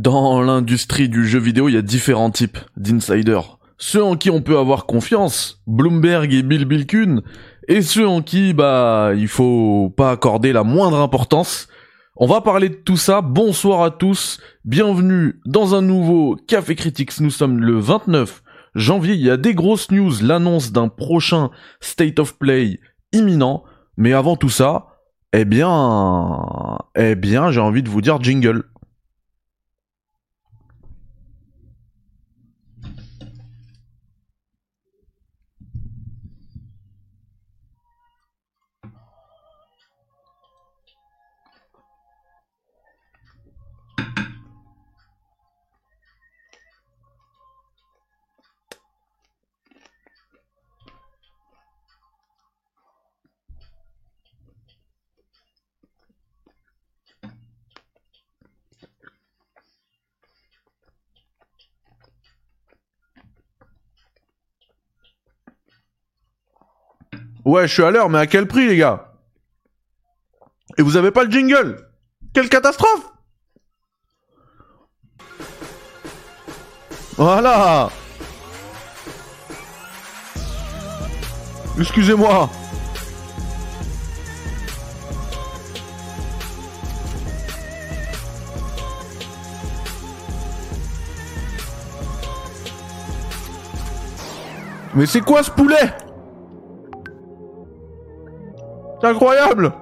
Dans l'industrie du jeu vidéo, il y a différents types d'insiders. Ceux en qui on peut avoir confiance, Bloomberg et Bill Bilkun, et ceux en qui, il faut pas accorder la moindre importance. On va parler de tout ça. Bonsoir à tous, bienvenue dans un nouveau Café Critics. Nous sommes le 29 janvier, il y a des grosses news, l'annonce d'un prochain State of Play imminent. Mais avant tout ça, eh bien, j'ai envie de vous dire jingle. Ouais, je suis à l'heure, mais à quel prix, les gars? Et vous avez pas le jingle? Quelle catastrophe! Voilà! Excusez-moi! Mais c'est quoi ce poulet? C'est incroyable!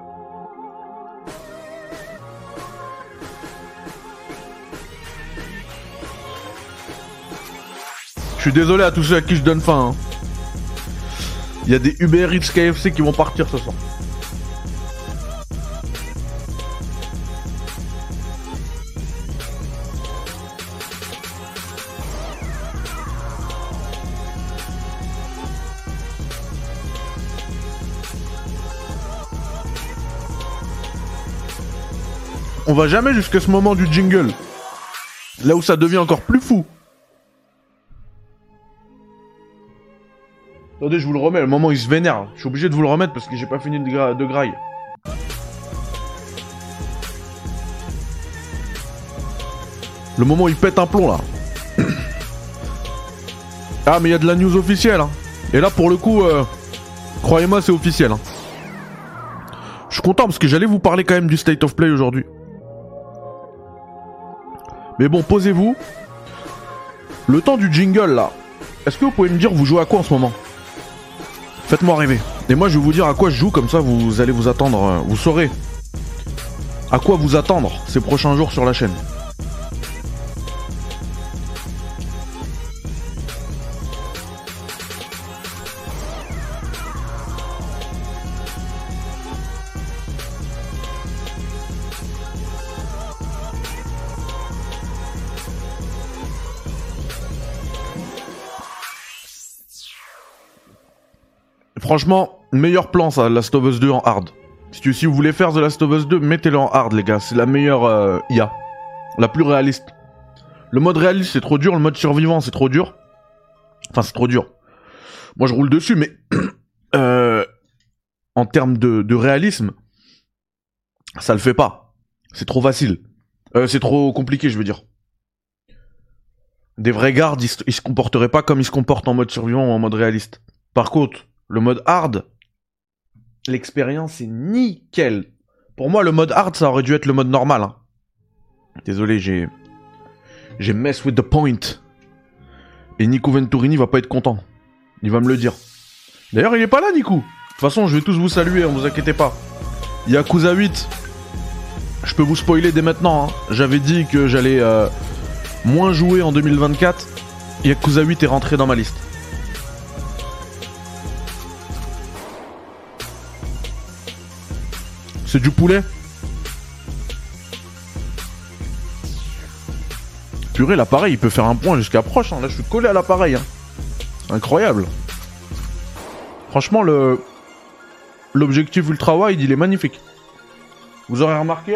Je suis désolé à tous ceux à qui je donne faim. Il y a des Uber Eats KFC qui vont partir ce soir. On va jamais jusqu'à ce moment du jingle. Là où ça devient encore plus fou. Attendez, je vous le remets, le moment où il se vénère. Je suis obligé de vous le remettre parce que j'ai pas fini de graille. Le moment où il pète un plomb là. Ah mais il y a de la news officielle hein. Et là pour le coup, croyez-moi c'est officiel hein. Je suis content parce que j'allais vous parler quand même du State of Play aujourd'hui. Mais bon, posez-vous. Le temps du jingle là. Est-ce que vous pouvez me dire vous jouez à quoi en ce moment? Faites-moi rêver. Et moi je vais vous dire à quoi je joue, comme ça vous allez vous attendre, vous saurez à quoi vous attendre ces prochains jours sur la chaîne. Franchement, meilleur plan ça, Last of Us 2 en hard. Si vous voulez faire The Last of Us 2, mettez-le en hard les gars, c'est la meilleure IA. La plus réaliste. Le mode réaliste c'est trop dur, le mode survivant c'est trop dur. Enfin c'est trop dur. Moi je roule dessus mais... en termes de réalisme, ça le fait pas. C'est trop facile. C'est trop compliqué je veux dire. Des vrais gardes, ils se comporteraient pas comme ils se comportent en mode survivant ou en mode réaliste. Par contre... le mode hard, l'expérience est nickel. Pour moi, le mode hard, ça aurait dû être le mode normal. Hein. Désolé, j'ai mess with the point. Et Nico Venturini va pas être content. Il va me le dire. D'ailleurs, il est pas là, Nico. De toute façon, je vais tous vous saluer, hein, vous inquiétez pas. Yakuza 8. Je peux vous spoiler dès maintenant. Hein. J'avais dit que j'allais moins jouer en 2024. Yakuza 8 est rentré dans ma liste. C'est du poulet. Purée, l'appareil, il peut faire un point jusqu'à proche. Hein. Là, je suis collé à l'appareil. Hein. Incroyable. Franchement, l'objectif ultra wide, il est magnifique. Vous aurez remarqué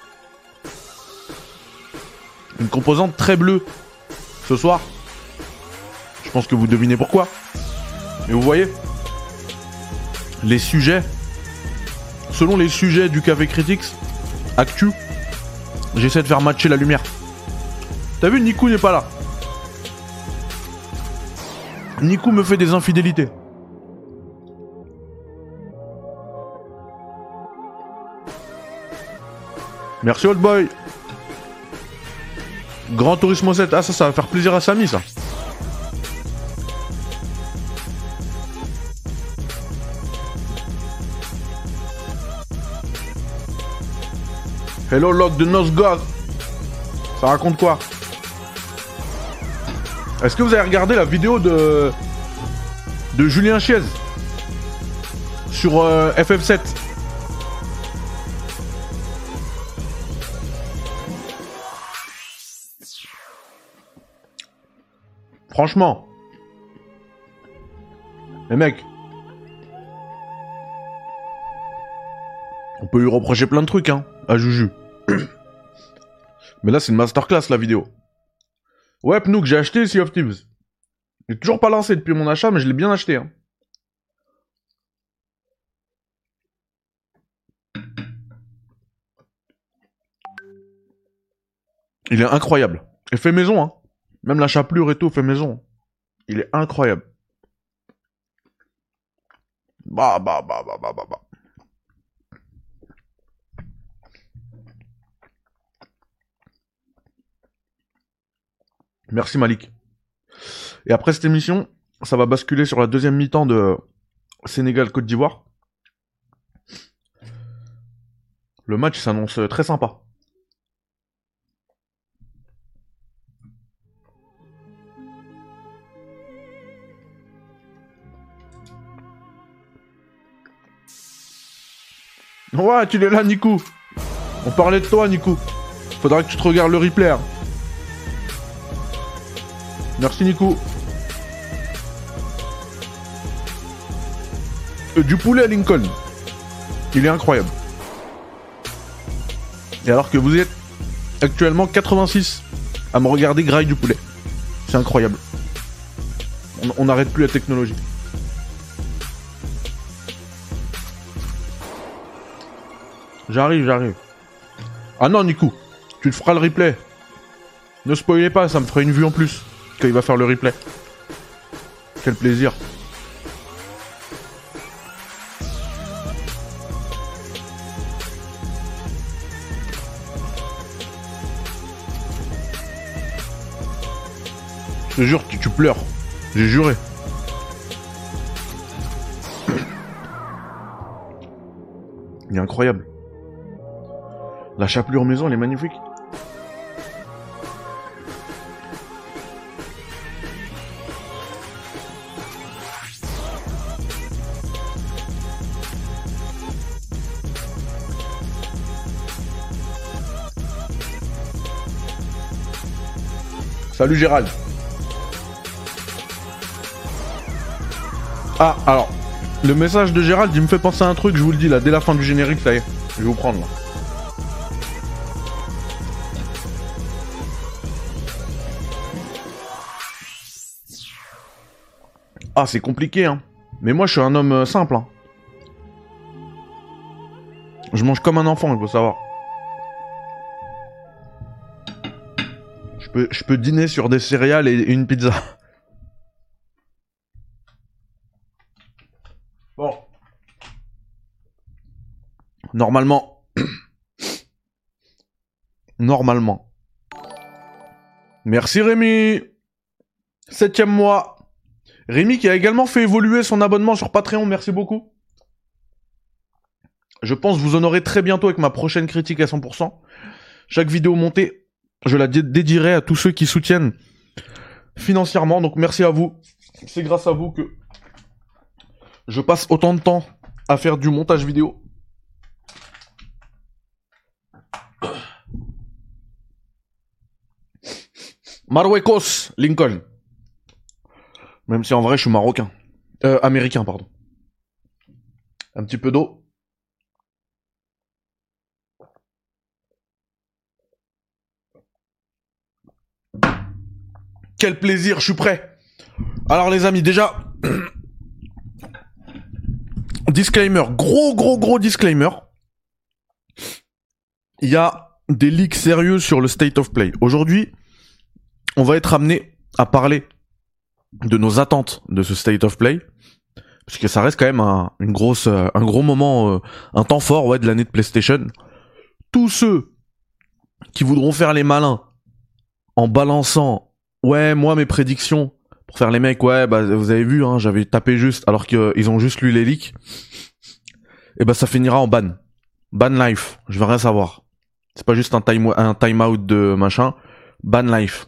une composante très bleue ce soir. Je pense que vous devinez pourquoi. Et vous voyez, les sujets, selon les sujets du Café Critics, actu, j'essaie de faire matcher la lumière. T'as vu, Nikou n'est pas là. Nikou me fait des infidélités. Merci Old Boy. Grand Turismo 7. Ah ça va faire plaisir à Samy ça. Hello Log de Nosgod. Ça raconte quoi? Est-ce que vous avez regardé la vidéo de Julien Chiez sur FF7? Franchement, les mecs, on peut lui reprocher plein de trucs, hein, à Juju. Mais là, c'est une masterclass, la vidéo. Ouais, Pnouk, j'ai acheté Sea of Thieves. J'ai toujours pas lancé depuis mon achat, mais je l'ai bien acheté, hein. Il est incroyable. Et fait maison, hein. Même la chapelure et tout, fait maison. Il est incroyable. Bah. Merci Malik. Et après cette émission, ça va basculer sur la deuxième mi-temps de Sénégal-Côte d'Ivoire. Le match s'annonce très sympa. Ouais, tu l'es là, Nikou. On parlait de toi, Nikou. Faudra que tu te regardes le replay. Hein. Merci, Nikou. Du poulet à Lincoln. Il est incroyable. Et alors que vous êtes actuellement 86 à me regarder graille du poulet. C'est incroyable. On n'arrête plus la technologie. J'arrive. Ah non, Nikou, tu te feras le replay. Ne spoilez pas, ça me fera une vue en plus quand il va faire le replay. Quel plaisir. Je te jure, tu pleures. J'ai juré. Il est incroyable. La chapelure maison, elle est magnifique. Salut Gérald. Ah, alors, le message de Gérald, il me fait penser à un truc, je vous le dis là, dès la fin du générique, ça y est. Je vais vous prendre là. Ah, c'est compliqué, hein. Mais moi, je suis un homme simple, hein. Je mange comme un enfant, il faut savoir. Je peux dîner sur des céréales et une pizza. Bon. Normalement. Merci Rémi. 7e mois. Rémi qui a également fait évoluer son abonnement sur Patreon, merci beaucoup. Je pense vous honorer très bientôt avec ma prochaine critique à 100%. Chaque vidéo montée, je la dédierai à tous ceux qui soutiennent financièrement. Donc merci à vous. C'est grâce à vous que je passe autant de temps à faire du montage vidéo. Marruecos, Lincoln. Même si en vrai je suis marocain. Américain, pardon. Un petit peu d'eau. Quel plaisir, je suis prêt. Alors les amis, déjà... disclaimer, gros disclaimer. Il y a des leaks sérieux sur le State of Play. Aujourd'hui, on va être amené à parler de nos attentes de ce State of Play, parce que ça reste quand même un gros moment, un temps fort de l'année de PlayStation. Tous ceux qui voudront faire les malins en balançant moi mes prédictions pour faire les mecs, vous avez vu, j'avais tapé juste alors qu'ils ont juste lu les leaks, et ça finira en ban life, je veux rien savoir. C'est pas juste un time out de machin, ban life.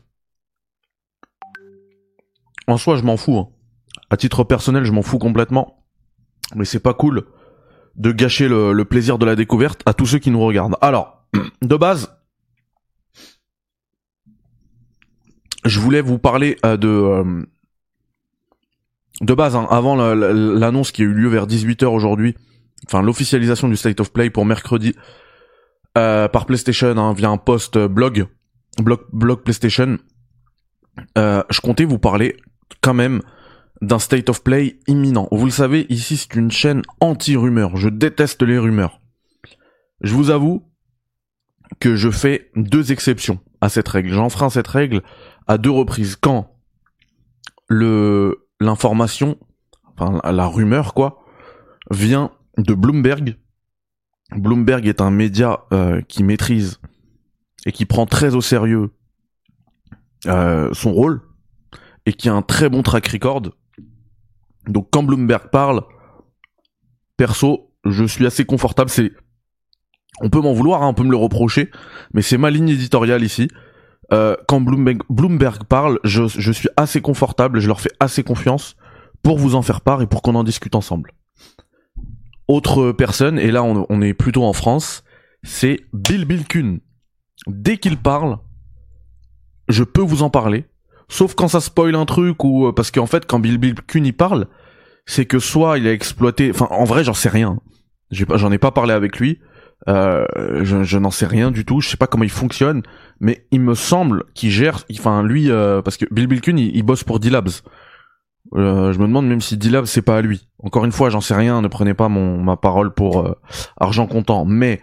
En soi, je m'en fous. À titre personnel, je m'en fous complètement. Mais c'est pas cool de gâcher le plaisir de la découverte à tous ceux qui nous regardent. Alors, de base, je voulais vous parler de base, avant l'annonce qui a eu lieu vers 18h aujourd'hui, enfin l'officialisation du State of Play pour mercredi par PlayStation via un post blog PlayStation. Je comptais vous parler quand même d'un State of Play imminent. Vous le savez, ici c'est une chaîne anti-rumeurs. Je déteste les rumeurs. Je vous avoue que je fais 2 exceptions à cette règle. J'enfreins cette règle à 2 reprises. Quand l'information, enfin la rumeur vient de Bloomberg. Bloomberg est un média qui maîtrise et qui prend très au sérieux son rôle et qui a un très bon track record. Donc quand Bloomberg parle, perso, je suis assez confortable. On peut m'en vouloir, on peut me le reprocher, mais c'est ma ligne éditoriale ici. Quand Bloomberg parle, je suis assez confortable, je leur fais assez confiance pour vous en faire part et pour qu'on en discute ensemble. Autre personne, et là on est plutôt en France, c'est Bill Kuhn. Dès qu'il parle, je peux vous en parler, sauf quand ça spoil un truc ou parce qu'en fait quand Bill Kuhn y parle, c'est que soit il a exploité, enfin en vrai j'en sais rien, j'en ai pas parlé avec lui, je n'en sais rien du tout, je sais pas comment il fonctionne, mais il me semble qu'il gère, lui parce que Bill Kuhn il bosse pour D-Labs. Je me demande même si D-Labs c'est pas à lui. Encore une fois, j'en sais rien, ne prenez pas ma parole pour argent comptant, mais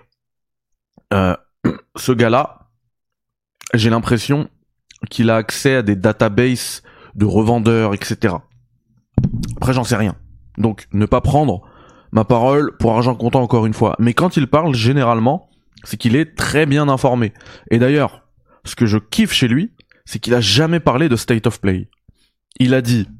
ce gars-là, j'ai l'impression qu'il a accès à des databases de revendeurs, etc. Après, j'en sais rien. Donc, ne pas prendre ma parole pour argent comptant encore une fois. Mais quand il parle, généralement, c'est qu'il est très bien informé. Et d'ailleurs, ce que je kiffe chez lui, c'est qu'il a jamais parlé de State of Play. Il a dit,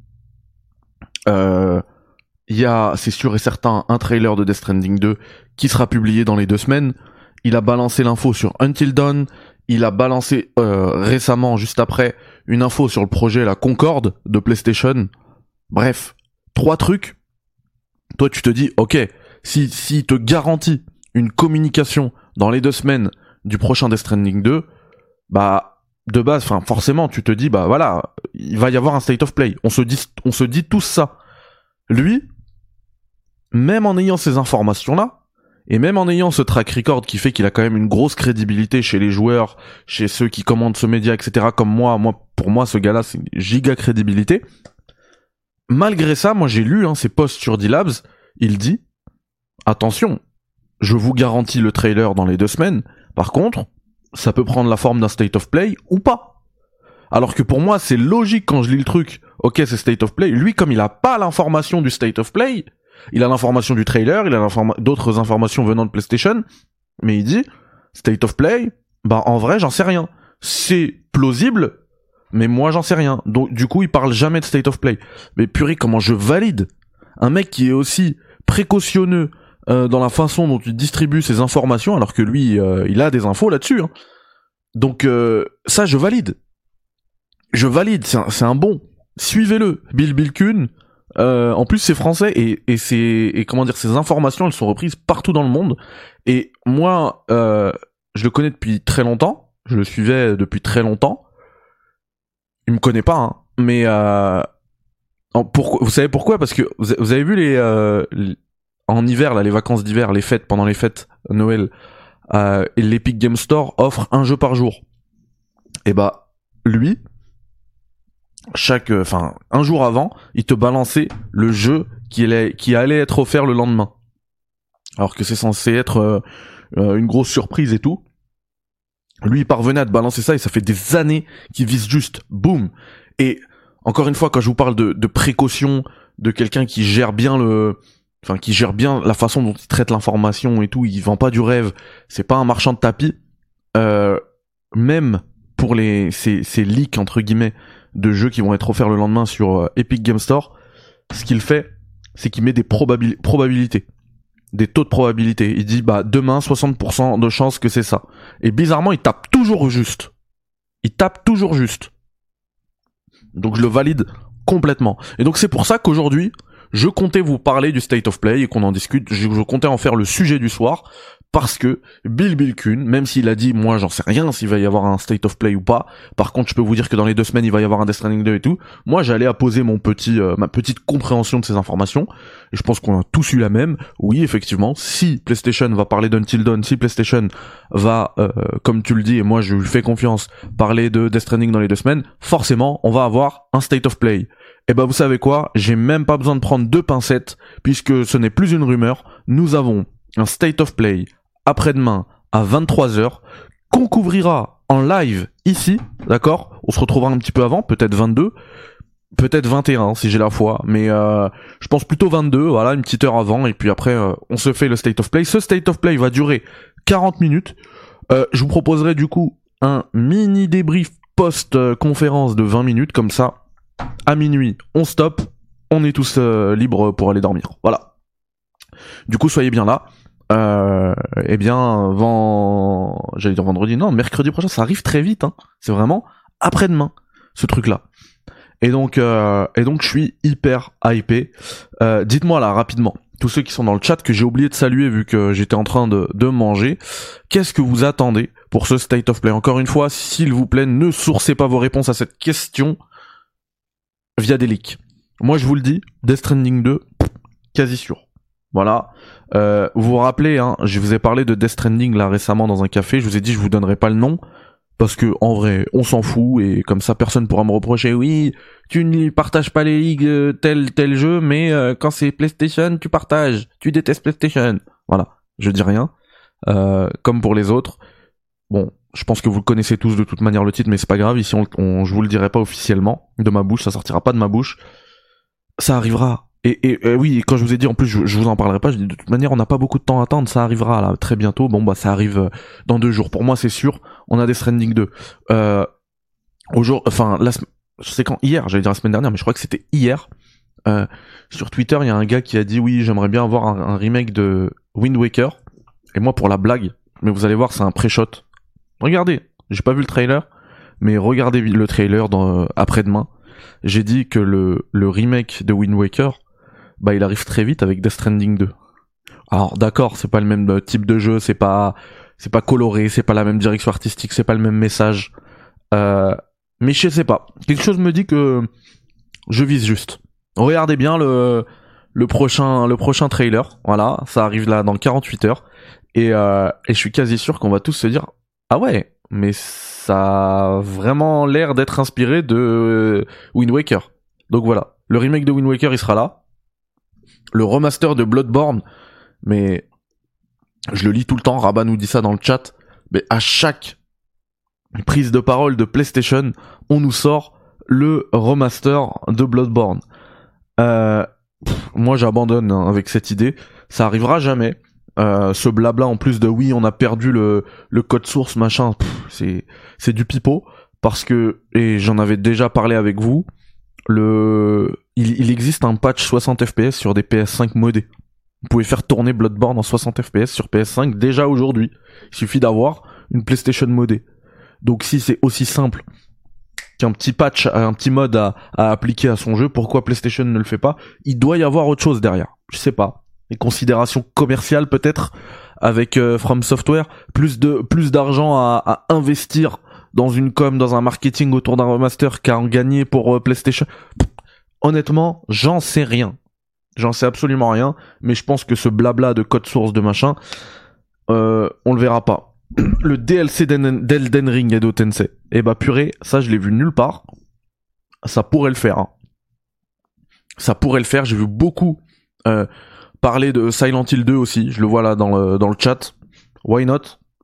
il y a, c'est sûr et certain, un trailer de Death Stranding 2 qui sera publié dans les 2 semaines. Il a balancé l'info sur Until Dawn. Il a balancé récemment, juste après, une info sur le projet la Concorde de PlayStation. Bref, 3 trucs. Toi, tu te dis, ok, si te garantit une communication dans les 2 semaines du prochain Death Stranding 2, de base, forcément, tu te dis, voilà, il va y avoir un State of Play. On se dit tous ça. Lui, même en ayant ces informations-là, et même en ayant ce track record qui fait qu'il a quand même une grosse crédibilité chez les joueurs, chez ceux qui commandent ce média, etc., comme moi, pour moi, ce gars-là, c'est une giga crédibilité. Malgré ça, moi, j'ai lu ses posts sur D-Labs, il dit, attention, je vous garantis le trailer dans les 2 semaines, par contre, ça peut prendre la forme d'un State of Play ou pas. Alors que pour moi, c'est logique quand je lis le truc, ok, c'est State of Play, lui, comme il a pas l'information du State of Play, il a l'information du trailer, il a d'autres informations venant de PlayStation, mais il dit, State of Play, en vrai, j'en sais rien. C'est plausible, mais moi, j'en sais rien. Donc, du coup, il parle jamais de State of Play. Mais purée, comment je valide un mec qui est aussi précautionneux dans la façon dont il distribue ses informations, alors que lui, il a des infos là-dessus. Donc, ça, je valide. C'est un bon. Suivez-le, Bill Kuhn. En plus c'est français et ces informations elles sont reprises partout dans le monde et moi je le connais depuis très longtemps, je le suivais depuis très longtemps. Il me connaît pas mais vous savez pourquoi? Parce que vous avez vu en hiver là, les vacances d'hiver, les fêtes, pendant les fêtes Noël, et l'Epic Game Store offre un jeu par jour. Et lui, un jour avant, il te balançait le jeu qui allait être offert le lendemain. Alors que c'est censé être une grosse surprise et tout. Lui, il parvenait à te balancer ça et ça fait des années qu'il vise juste. Boum. Et encore une fois, quand je vous parle de précaution, de quelqu'un qui gère bien qui gère bien la façon dont il traite l'information et tout, il vend pas du rêve, c'est pas un marchand de tapis, même pour ces leaks, entre guillemets, de jeux qui vont être offerts le lendemain sur Epic Game Store, ce qu'il fait, c'est qu'il met des probabilités. Des taux de probabilité. Il dit, bah, demain, 60% de chance que c'est ça. Et bizarrement, il tape toujours juste. Il tape toujours juste. Donc je le valide complètement. Et donc c'est pour ça qu'aujourd'hui, je comptais vous parler du State of Play et qu'on en discute. Je comptais en faire le sujet du soir parce que Bill Kuhn, même s'il a dit, moi j'en sais rien s'il va y avoir un State of Play ou pas. Par contre, je peux vous dire que dans les 2 semaines, il va y avoir un Death Stranding 2 et tout. Moi, j'allais apposer ma petite compréhension de ces informations. Et je pense qu'on a tous eu la même. Oui, effectivement, si PlayStation va parler d'Until Dawn, si PlayStation va, comme tu le dis, et moi je lui fais confiance, parler de Death Stranding dans les 2 semaines, forcément, on va avoir un State of Play. Et bah vous savez quoi, j'ai même pas besoin de prendre 2 pincettes, puisque ce n'est plus une rumeur, nous avons un State of Play après-demain à 23h, qu'on couvrira en live ici, d'accord? On se retrouvera un petit peu avant, peut-être 22, peut-être 21 si j'ai la foi, mais je pense plutôt 22, voilà, une petite heure avant, et puis après on se fait le State of Play. Ce State of Play va durer 40 minutes, je vous proposerai du coup un mini débrief post-conférence de 20 minutes, comme ça, à minuit, on stoppe, on est tous libres pour aller dormir. Voilà. Du coup, soyez bien là. Eh bien, j'allais dire vendredi, non, mercredi prochain, ça arrive très vite. Hein. C'est vraiment après-demain, ce truc-là. Et donc, je suis hyper hypé. Dites-moi là, rapidement, tous ceux qui sont dans le chat que j'ai oublié de saluer vu que j'étais en train de manger, qu'est-ce que vous attendez pour ce State of Play? Encore une fois, s'il vous plaît, ne sourcez pas vos réponses à cette question via des leaks. Moi je vous le dis, Death Stranding 2, quasi sûr. Voilà. Vous vous rappelez, hein, je vous ai parlé de Death Stranding là récemment dans un café, je vous ai dit je vous donnerai pas le nom, parce que en vrai, on s'en fout, et comme ça personne pourra me reprocher, oui, tu ne partages pas les ligues tel jeu, mais quand c'est PlayStation, tu partages, tu détestes PlayStation. Voilà, je dis rien. Comme pour les autres. Bon, je pense que vous le connaissez tous de toute manière le titre, mais c'est pas grave, ici je vous le dirai pas officiellement de ma bouche, ça sortira pas de ma bouche. Ça arrivera. Et oui, quand je vous ai dit, en plus je vous en parlerai pas, je dis de toute manière on n'a pas beaucoup de temps à attendre, ça arrivera là très bientôt. Bon bah ça arrive dans 2 jours. Pour moi c'est sûr, on a des Stranding 2. C'est quand hier, j'allais dire la semaine dernière, mais je crois que c'était hier. Sur Twitter, il y a un gars qui a dit oui, j'aimerais bien avoir un remake de Wind Waker. Et moi pour la blague, mais vous allez voir, c'est un pré-shot. Regardez, j'ai pas vu le trailer, mais regardez le trailer après-demain. J'ai dit que le remake de Wind Waker, bah il arrive très vite avec Death Stranding 2. Alors d'accord, c'est pas le même type de jeu, c'est pas coloré, c'est pas la même direction artistique, c'est pas le même message. Mais je sais pas. Quelque chose me dit que je vise juste. Regardez bien le prochain trailer. Voilà, ça arrive là dans 48 heures. Et je suis quasi sûr qu'on va tous se dire ah ouais, mais ça a vraiment l'air d'être inspiré de Wind Waker. Donc voilà, le remake de Wind Waker il sera là. Le remaster de Bloodborne, mais je le lis tout le temps, Rabat nous dit ça dans le chat, mais à chaque prise de parole de PlayStation, on nous sort le remaster de Bloodborne. Moi j'abandonne avec cette idée, ça arrivera jamais. Ce blabla en plus de oui on a perdu le code source machin, c'est du pipeau, parce que, et j'en avais déjà parlé avec vous, il existe un patch 60 fps sur des PS5 modés. Vous pouvez faire tourner Bloodborne en 60 fps sur PS5 déjà aujourd'hui. Il suffit d'avoir une PlayStation modée. Donc si c'est aussi simple qu'un petit patch, un petit mode à appliquer à son jeu, pourquoi PlayStation ne le fait pas? Il doit y avoir autre chose derrière. Je sais pas. Des considérations commerciales peut-être avec From Software, plus d'argent à investir dans une com, dans un marketing autour d'un remaster qu'à en gagner pour PlayStation. Honnêtement, j'en sais rien. J'en sais absolument rien, mais je pense que ce blabla de code source de machin, on le verra pas. Le DLC d'Elden Ring et d'Otensei, eh bah purée, ça je l'ai vu nulle part. Ça pourrait le faire. Hein. Ça pourrait le faire, j'ai vu beaucoup parler de Silent Hill 2 aussi, je le vois là dans le chat. Why not?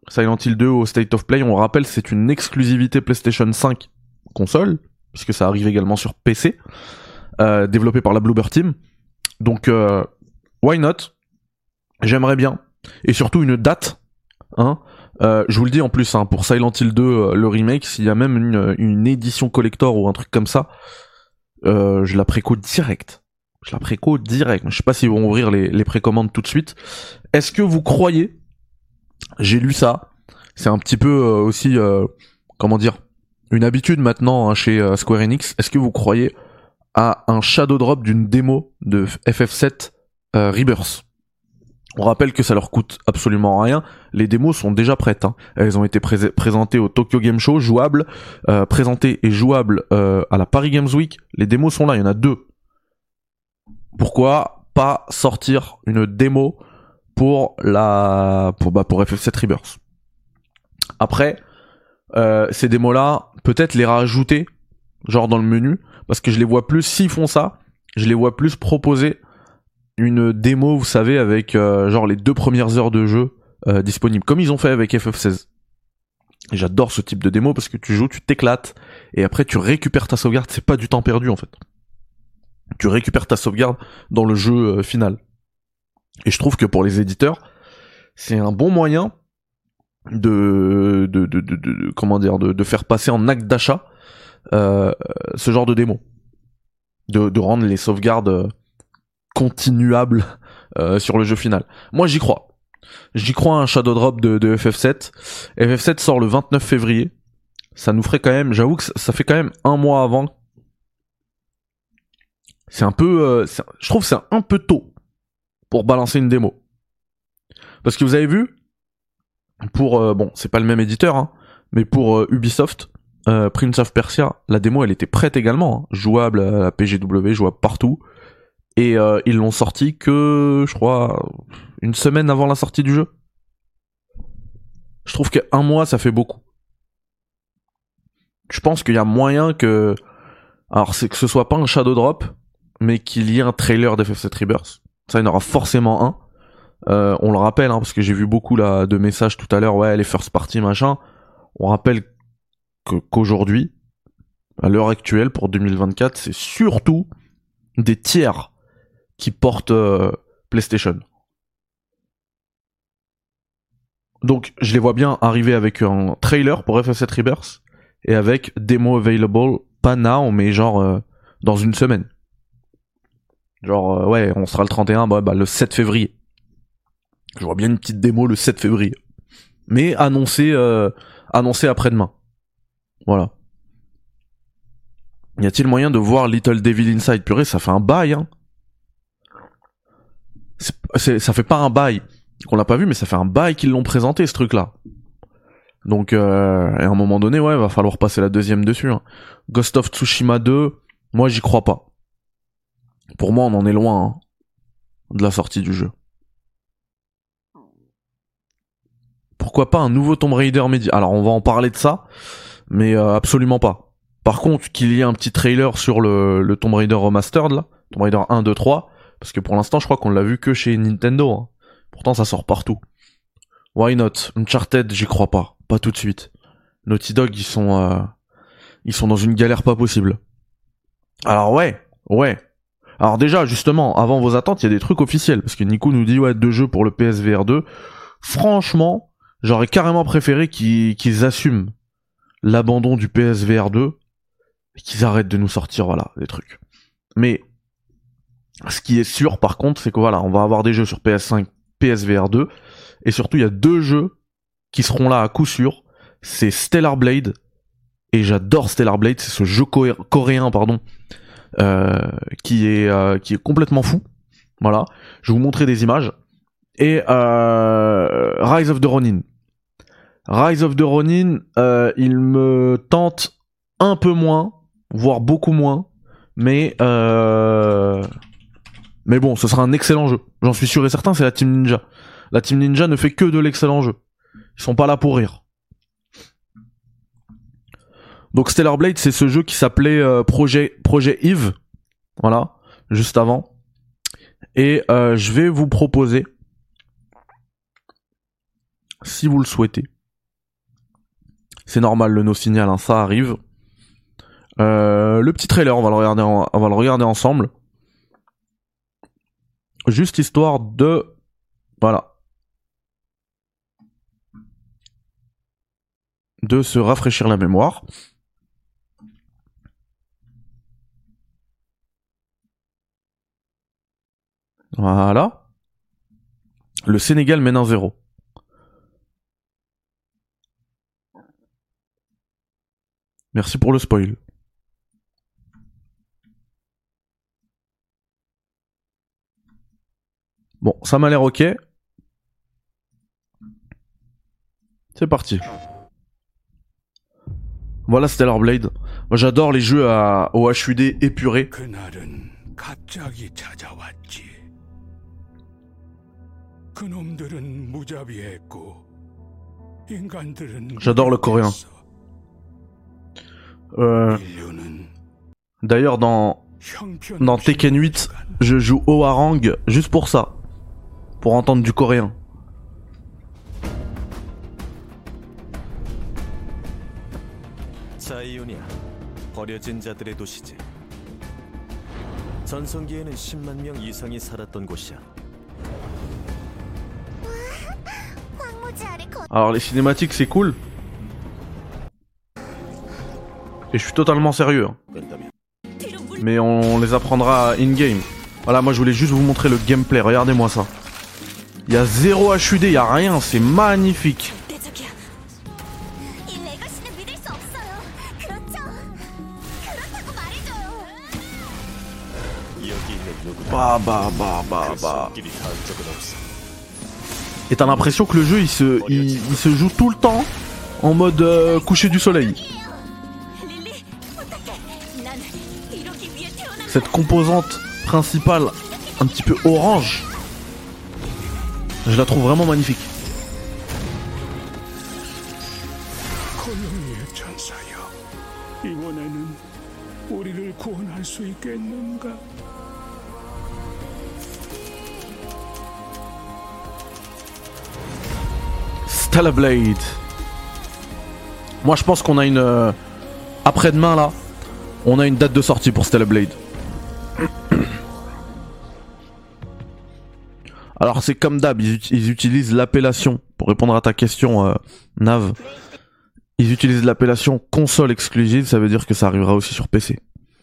Silent Hill 2 au State of Play, on le rappelle, c'est une exclusivité PlayStation 5 console, puisque ça arrive également sur PC, développé par la Bloober Team. Donc, why not? J'aimerais bien. Et surtout une date, hein. Je vous le dis en plus, hein, pour Silent Hill 2, le remake, s'il y a même une édition collector ou un truc comme ça, je la préco direct. Je sais pas s'ils vont ouvrir les précommandes tout de suite. Est-ce que vous croyez, j'ai lu ça, c'est un petit peu aussi, comment dire, une habitude maintenant, hein, chez Square Enix, est-ce que vous croyez à un shadow drop d'une démo de FF7 Rebirth? On rappelle que ça leur coûte absolument rien. Les démos sont déjà prêtes, hein. Elles ont été présentées au Tokyo Game Show, jouables, présentées et jouables à la Paris Games Week. Les démos sont là, il y en a 2. Pourquoi pas sortir une démo pour FF7 Rebirth? Après, ces démos-là, peut-être les rajouter, genre dans le menu, parce que je les vois plus, s'ils font ça, je les vois plus proposer une démo, vous savez, avec genre les 2 premières heures de jeu disponibles, comme ils ont fait avec FF16. Et j'adore ce type de démo parce que tu joues, tu t'éclates, et après tu récupères ta sauvegarde, c'est pas du temps perdu en fait. Tu récupères ta sauvegarde dans le jeu final. Et je trouve que pour les éditeurs, c'est un bon moyen de faire passer en acte d'achat ce genre de démo. De rendre les sauvegardes continuables sur le jeu final. Moi j'y crois. J'y crois à un shadow drop de FF7. FF7 sort le 29 février. Ça nous ferait quand même, j'avoue que ça fait quand même un mois avant. C'est un peu, je trouve que c'est un peu tôt pour balancer une démo. Parce que vous avez vu, pour, bon, c'est pas le même éditeur, hein, mais pour Ubisoft, Prince of Persia, la démo elle était prête également, hein, jouable à la PGW, jouable partout. Et ils l'ont sorti que, je crois, une semaine avant la sortie du jeu. Je trouve qu'un mois ça fait beaucoup. Je pense qu'il y a moyen que, alors c'est que ce soit pas un shadow drop, mais qu'il y ait un trailer d'FF7 Rebirth. Ça, il y en aura forcément un. On le rappelle, hein, parce que j'ai vu beaucoup là, de messages tout à l'heure, ouais, les first party, machin. On rappelle qu'aujourd'hui, à l'heure actuelle, pour 2024, c'est surtout des tiers qui portent PlayStation. Donc, je les vois bien arriver avec un trailer pour FF7 Rebirth, et avec démo available, pas now, mais genre dans une semaine. Genre, ouais, on sera le 31, le 7 février. Je vois bien une petite démo le 7 février. Mais annoncé après-demain. Voilà. Y a-t-il moyen de voir Little Devil Inside? Purée, ça fait un bail, hein. Ça fait pas un bail qu'on l'a pas vu, mais ça fait un bail qu'ils l'ont présenté, ce truc-là. Donc, à un moment donné, ouais, va falloir passer la deuxième dessus, hein. Ghost of Tsushima 2, moi, j'y crois pas. Pour moi, on en est loin, hein, de la sortie du jeu. Pourquoi pas un nouveau Tomb Raider Alors, on va en parler de ça, mais absolument pas. Par contre, qu'il y ait un petit trailer sur le Tomb Raider Remastered, là, Tomb Raider 1, 2, 3, parce que pour l'instant, je crois qu'on l'a vu que chez Nintendo, hein. Pourtant, ça sort partout. Why not? Uncharted, j'y crois pas. Pas tout de suite. Naughty Dog, ils sont dans une galère pas possible. Alors ouais. Alors déjà, justement, avant vos attentes, il y a des trucs officiels. Parce que Nico nous dit, ouais, 2 jeux pour le PSVR 2. Franchement, j'aurais carrément préféré qu'ils assument l'abandon du PSVR 2 et qu'ils arrêtent de nous sortir, voilà, des trucs. Mais ce qui est sûr, par contre, c'est que voilà, on va avoir des jeux sur PS5, PSVR 2, et surtout, il y a 2 jeux qui seront là à coup sûr. C'est Stellar Blade, et j'adore Stellar Blade, c'est ce jeu coréen, qui est complètement fou. Voilà, je vais vous montrer des images. Et Rise of the Ronin. Rise of the Ronin, il me tente un peu moins, voire beaucoup moins, mais bon, ce sera un excellent jeu. J'en suis sûr et certain, c'est la Team Ninja. La Team Ninja ne fait que de l'excellent jeu. Ils sont pas là pour rire. Donc Stellar Blade, c'est ce jeu qui s'appelait Projet Eve, voilà, juste avant. Et je vais vous proposer, si vous le souhaitez, C'est normal, le no signal, hein, ça arrive. Le petit trailer, on va le regarder ensemble. Juste histoire de... Voilà. De se rafraîchir la mémoire. Voilà. Le Sénégal mène 1-0. Merci pour le spoil. Bon, ça m'a l'air ok. C'est parti. Voilà Stellar Blade. Moi j'adore les jeux au HUD épuré. J'adore le coréen. D'ailleurs dans Tekken 8, je joue au Harang juste pour ça. Pour entendre du coréen. 자이오니아, 버려진 자들의 도시지. 전성기에는 10만 명 이상이 살았던 곳이야. Alors les cinématiques c'est cool. Et je suis totalement sérieux. Mais on les apprendra in-game. Voilà, moi je voulais juste vous montrer le gameplay, regardez-moi ça. Il y a 0 HUD, il y a rien, c'est magnifique. Bah. Et t'as l'impression que le jeu il se joue tout le temps en mode coucher du soleil. Cette composante principale un petit peu orange, je la trouve vraiment magnifique. Stellar Blade. Moi je pense qu'on a une... Après-demain là, on a une date de sortie pour Stellar Blade. Alors c'est comme d'hab, ils utilisent l'appellation, pour répondre à ta question Nav, ils utilisent l'appellation console exclusive, ça veut dire que ça arrivera aussi sur PC.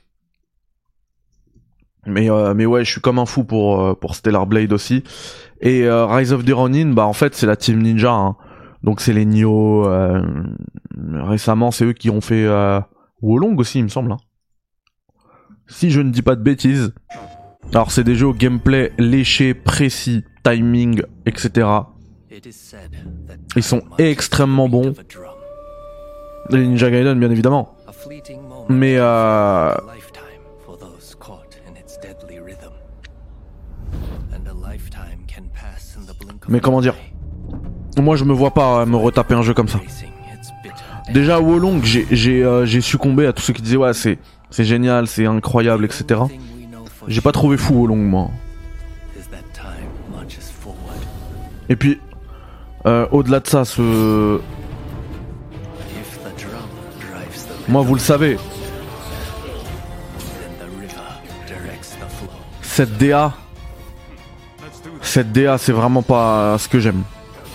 Mais ouais, je suis comme un fou pour Stellar Blade aussi. Et Rise of the Ronin, bah en fait c'est la team Ninja, hein. Donc c'est les Nioh, récemment c'est eux qui ont fait Wolong aussi il me semble, hein. Si je ne dis pas de bêtises. Alors c'est des jeux au gameplay léché, précis, timing, etc. Ils sont extrêmement bons. Les Ninja Gaiden bien évidemment. Mais comment dire, moi je me vois pas me retaper un jeu comme ça. Déjà Wolong j'ai succombé à tous ceux qui disaient ouais c'est génial, c'est incroyable, etc. J'ai pas trouvé fou Wolong moi. Et puis au-delà de ça, moi vous le savez, cette DA c'est vraiment pas ce que j'aime.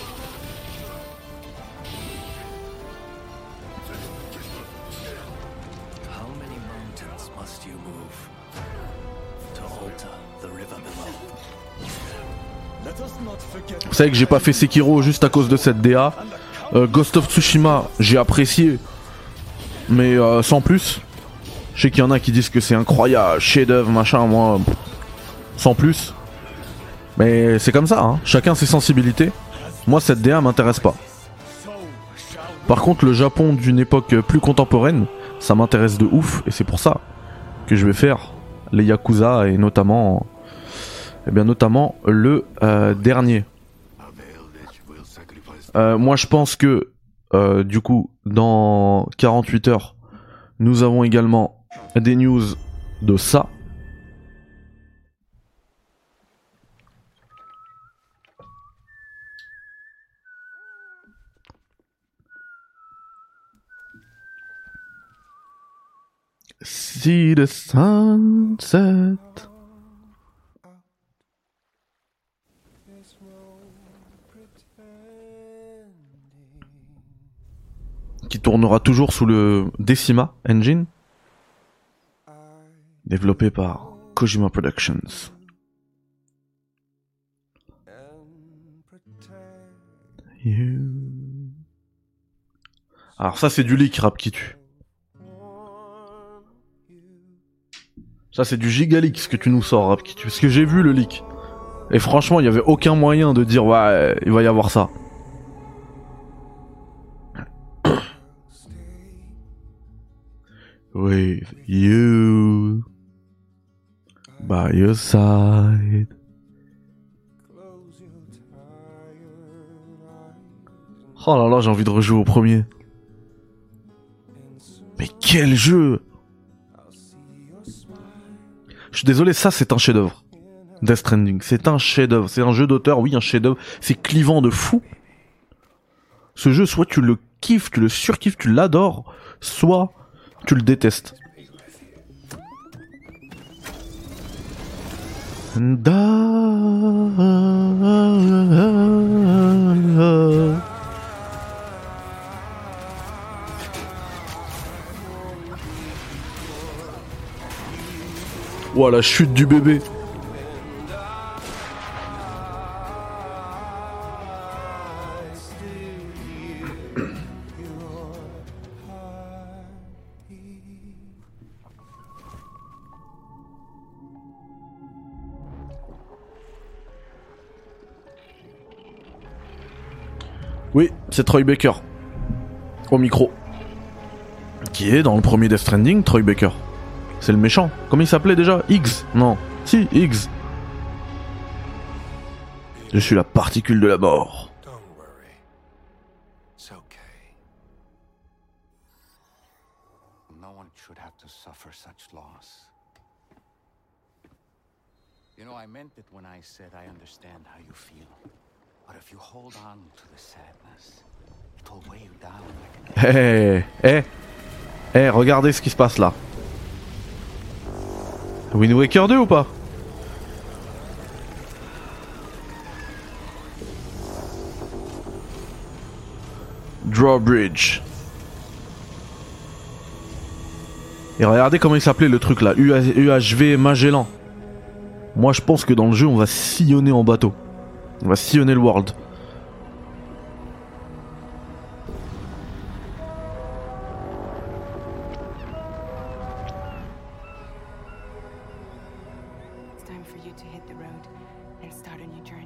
Vous savez que j'ai pas fait Sekiro juste à cause de cette DA. Ghost of Tsushima, j'ai apprécié, mais sans plus. Je sais qu'il y en a qui disent que c'est incroyable, chef-d'œuvre, machin, moi, sans plus. Mais c'est comme ça, hein. Chacun ses sensibilités. Moi, cette DA m'intéresse pas. Par contre, le Japon d'une époque plus contemporaine, ça m'intéresse de ouf, et c'est pour ça que je vais faire les Yakuza, et notamment le dernier. Moi je pense que du coup dans 48 heures nous avons également des news de ça. See the sunset. Qui tournera toujours sous le Decima Engine, développé par Kojima Productions. Alors ça c'est du leak rap qui tue. Ça c'est du giga leak ce que tu nous sors rap qui tue. Parce que j'ai vu le leak. Et franchement il y avait aucun moyen de dire ouais il va y avoir ça. With you by your side. Oh là là, j'ai envie de rejouer au premier. Mais quel jeu! Je suis désolé, ça c'est un chef-d'œuvre. Death Stranding, c'est un chef-d'œuvre. C'est un jeu d'auteur, oui, un chef-d'œuvre. C'est clivant de fou. Ce jeu, soit tu le kiffes, tu le surkiffes, tu l'adores, soit tu le détestes. Ouah, la chute du bébé. Oui, c'est Troy Baker. Au micro. Qui est dans le premier Death Stranding, Troy Baker. C'est le méchant. Comment il s'appelait déjà? Higgs? Non. Si, Higgs. Je suis la particule de la mort. Don't worry. It's okay. No one should have to suffer such loss. You know, I meant it when I said I understand how you feel. But if you hold on to the sadness, it will weigh you down like an Regardez ce qui se passe là. Wind Waker 2 ou pas? Drawbridge. Et regardez comment il s'appelait le truc là, UHV Magellan. Moi je pense que dans le jeu on va sillonner en bateau. On va sillonner le world. It's time for you to hit the road and start a new journey.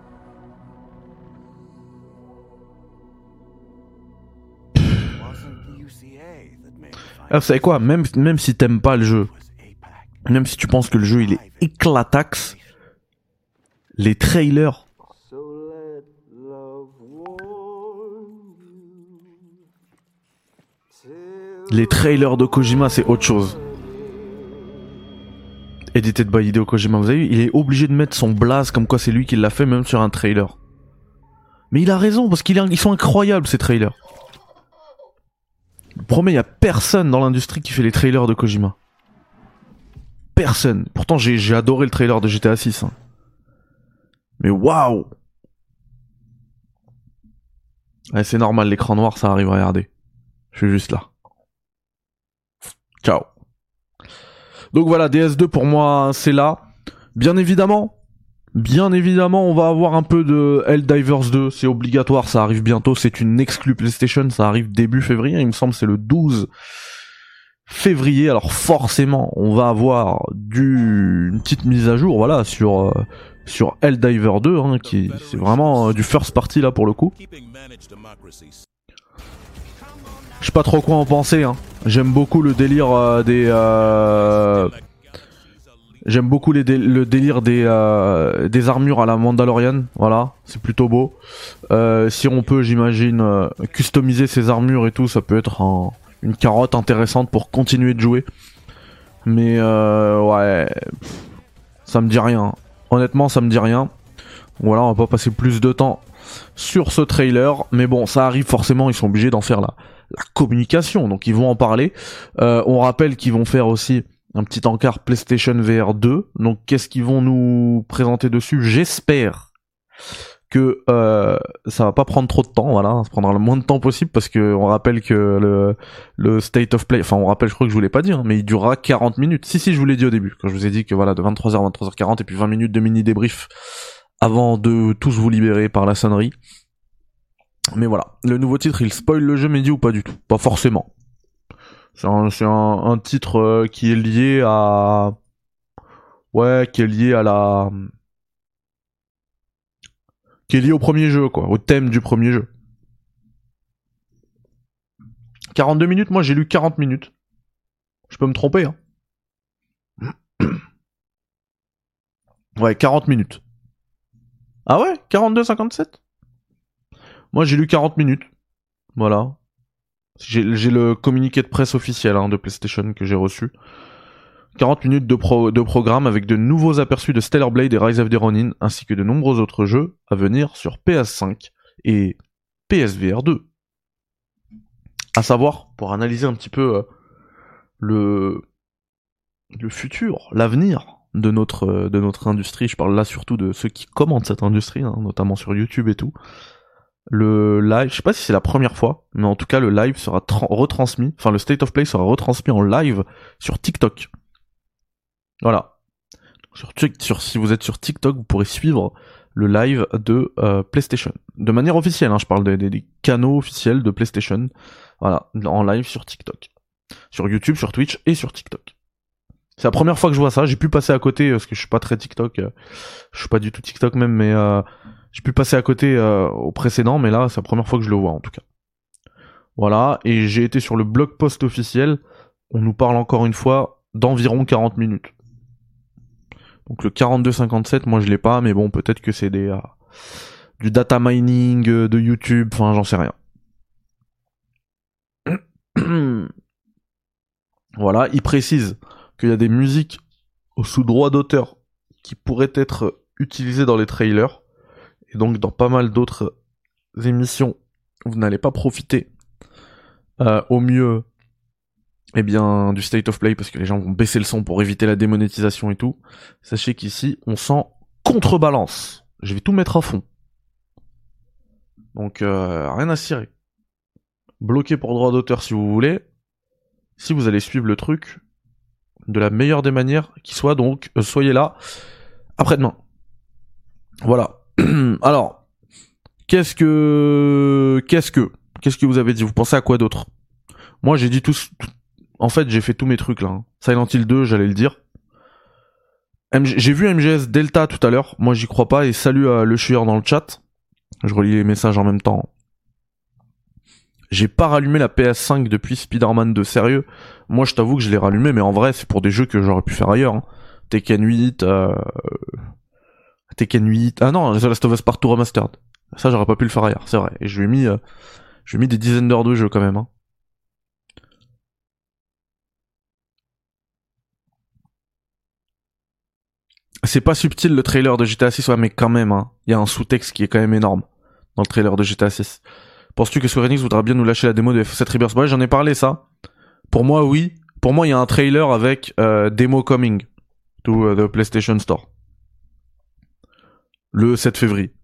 wasn't the UCA that made the Ah, vous savez quoi, même si t'aimes pas le jeu, même si tu penses que le jeu il est éclataxe, les trailers, les trailers de Kojima c'est autre chose. Edited by Hideo Kojima, vous avez vu, il est obligé de mettre son blaze comme quoi c'est lui qui l'a fait même sur un trailer. Mais il a raison parce qu'ils sont incroyables ces trailers. Je vous promets, il y a personne dans l'industrie qui fait les trailers de Kojima. Personne. Pourtant j'ai adoré le trailer de GTA 6. Hein. Mais waouh. Ouais, c'est normal, l'écran noir ça arrive, regardez. Je suis juste là. Ciao. Donc voilà, DS2 pour moi c'est là. Bien évidemment, on va avoir un peu de Helldivers 2, c'est obligatoire, ça arrive bientôt, c'est une exclue PlayStation, ça arrive début février, il me semble c'est le 12 février, alors forcément on va avoir une petite mise à jour, voilà, sur Helldivers 2, hein, qui c'est vraiment du first party là pour le coup. Je sais pas trop quoi en penser, hein. J'aime beaucoup le délire J'aime beaucoup le délire des armures à la Mandalorian, voilà, c'est plutôt beau. Si on peut, j'imagine, customiser ces armures et tout, ça peut être une carotte intéressante pour continuer de jouer. Mais ouais, ça me dit rien. Honnêtement, ça me dit rien. Voilà, on va pas passer plus de temps sur ce trailer, mais bon, ça arrive forcément, ils sont obligés d'en faire la communication, donc ils vont en parler. On rappelle qu'ils vont faire aussi un petit encart PlayStation VR 2, donc qu'est-ce qu'ils vont nous présenter dessus? J'espère que ça va pas prendre trop de temps, voilà, ça prendra le moins de temps possible, parce que on rappelle que le State of Play, enfin on rappelle, je crois que je vous l'ai pas dit, hein, mais il durera 40 minutes. Si, je vous l'ai dit au début, quand je vous ai dit que voilà, de 23h à 23h40, et puis 20 minutes de mini débrief avant de tous vous libérer par la sonnerie. Mais voilà, le nouveau titre, il spoil le jeu Mehdi ou pas du tout? Pas forcément. C'est un titre qui est lié à... Ouais, qui est lié à la... qui est lié au premier jeu, quoi, au thème du premier jeu. 42 minutes, moi j'ai lu 40 minutes. Je peux me tromper, hein. Ouais, 40 minutes. Ah ouais, 42,57 ? Moi j'ai lu 40 minutes. Voilà. J'ai le communiqué de presse officiel de PlayStation que j'ai reçu. 40 minutes de programme avec de nouveaux aperçus de Stellar Blade et Rise of the Ronin, ainsi que de nombreux autres jeux à venir sur PS5 et PSVR 2. À savoir, pour analyser un petit peu le futur, l'avenir de notre industrie, je parle là surtout de ceux qui commandent cette industrie, notamment sur YouTube et tout. Le live, je sais pas si c'est la première fois, mais en tout cas le live sera retransmis, enfin le State of Play sera retransmis en live sur TikTok. Voilà. Si vous êtes sur TikTok, vous pourrez suivre le live de PlayStation. De manière officielle, je parle des canaux officiels de PlayStation. Voilà, en live sur TikTok. Sur YouTube, sur Twitch et sur TikTok. C'est la première fois que je vois ça, j'ai pu passer à côté, parce que je suis pas très TikTok, je suis pas du tout TikTok même, mais j'ai pu passer à côté au précédent, mais là c'est la première fois que je le vois en tout cas. Voilà, et j'ai été sur le blog post officiel, on nous parle encore une fois d'environ 40 minutes. Donc le 42,57, moi je l'ai pas, mais bon, peut-être que c'est du data mining de YouTube, enfin j'en sais rien. Voilà, il précise qu'il y a des musiques sous droit d'auteur qui pourraient être utilisées dans les trailers, et donc dans pas mal d'autres émissions, vous n'allez pas profiter au mieux du State of Play, parce que les gens vont baisser le son pour éviter la démonétisation et tout. Sachez qu'ici, on s'en contrebalance. Je vais tout mettre à fond. Donc, rien à cirer. Bloqué pour droit d'auteur si vous voulez. Si vous allez suivre le truc de la meilleure des manières qui soit, donc soyez là après-demain. Voilà. Alors, qu'est-ce que vous avez dit? Vous pensez à quoi d'autre? Moi, j'ai dit en fait, j'ai fait tous mes trucs là. Silent Hill 2, j'allais le dire. J'ai vu MGS Delta tout à l'heure. Moi, j'y crois pas. Et salut à Le Chueur dans le chat. Je relis les messages en même temps. J'ai pas rallumé la PS5 depuis Spider-Man 2. Sérieux. Moi, je t'avoue que je l'ai rallumé, mais en vrai, c'est pour des jeux que j'aurais pu faire ailleurs. Tekken 8, Tekken 8. Ah non, The Last of Us Part 2 Remastered. Ça, j'aurais pas pu le faire ailleurs, c'est vrai. Et je lui ai mis des dizaines d'heures de jeu quand même. C'est pas subtil le trailer de GTA 6, ouais, mais quand même, il y a un sous-texte qui est quand même énorme dans le trailer de GTA 6. Penses-tu que Square Enix voudra bien nous lâcher la démo de FF7 Rebirth? Ouais, j'en ai parlé, ça. Pour moi, oui. Pour moi, il y a un trailer avec démo coming to the PlayStation Store. Le 7 février.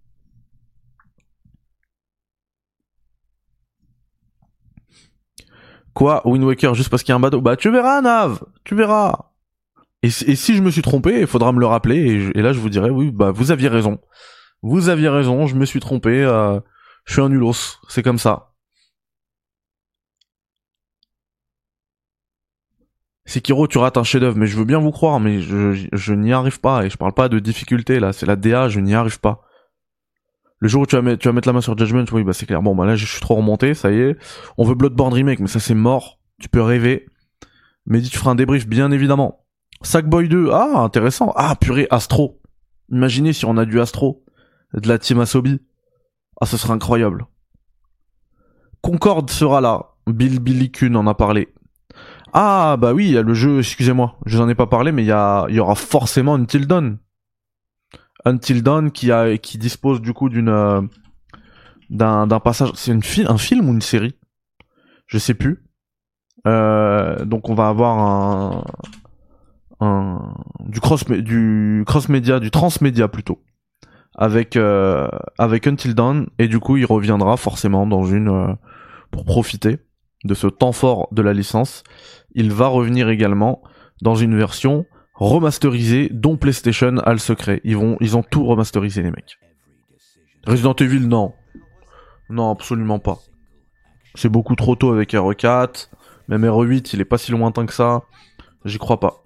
Quoi? Wind Waker juste parce qu'il y a un bateau? Bah, tu verras, Nav. Tu verras. Et si je me suis trompé, il faudra me le rappeler, et là je vous dirai, oui, bah vous aviez raison. Vous aviez raison, je me suis trompé, je suis un nulos, c'est comme ça. Sekiro, tu rates un chef-d'œuvre, mais je veux bien vous croire, mais je n'y arrive pas, et je parle pas de difficulté, là, c'est la DA, je n'y arrive pas. Le jour où tu vas mettre la main sur Judgment, oui, bah c'est clair, bon, bah là je suis trop remonté, ça y est. On veut Bloodborne Remake, mais ça c'est mort, tu peux rêver. Mehdi, tu feras un débrief, bien évidemment. Sackboy 2, ah, intéressant. Ah, purée, Astro. Imaginez si on a du Astro, de la team Asobi. Ah, ce serait incroyable. Concorde sera là. Billy Kuhn en a parlé. Ah, bah oui, il y a le jeu, excusez-moi, je n'en ai pas parlé, mais il y aura forcément Until Dawn. Until Dawn qui dispose du coup d'une d'un passage. C'est un film ou une série? Je sais plus. Donc on va avoir du cross-média, du transmédia plutôt, avec Until Dawn, et du coup il reviendra forcément pour profiter de ce temps fort de la licence. Il va revenir également dans une version remasterisée dont PlayStation a le secret. Ils ont tout remasterisé, les mecs. Resident Evil, non, absolument pas. C'est beaucoup trop tôt avec RE4. Même RE8, il est pas si lointain que ça. J'y crois pas.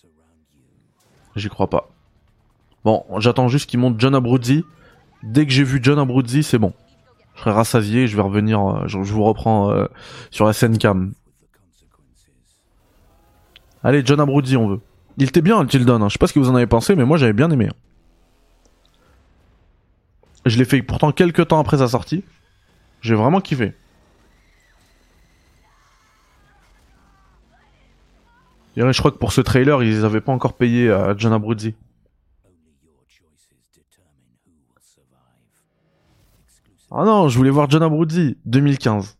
Bon, j'attends juste qu'il monte John Abruzzi. Dès que j'ai vu John Abruzzi, c'est bon. Je serai rassasié, je vais revenir, je vous reprends sur la scène cam. Allez, John Abruzzi, on veut. Il était bien, Until Dawn, hein. Je sais pas ce que vous en avez pensé, mais moi j'avais bien aimé. Je l'ai fait pourtant quelques temps après sa sortie. J'ai vraiment kiffé. Je crois que pour ce trailer, ils avaient pas encore payé à John Abruzzi. Ah non, je voulais voir John Abruzzi, 2015.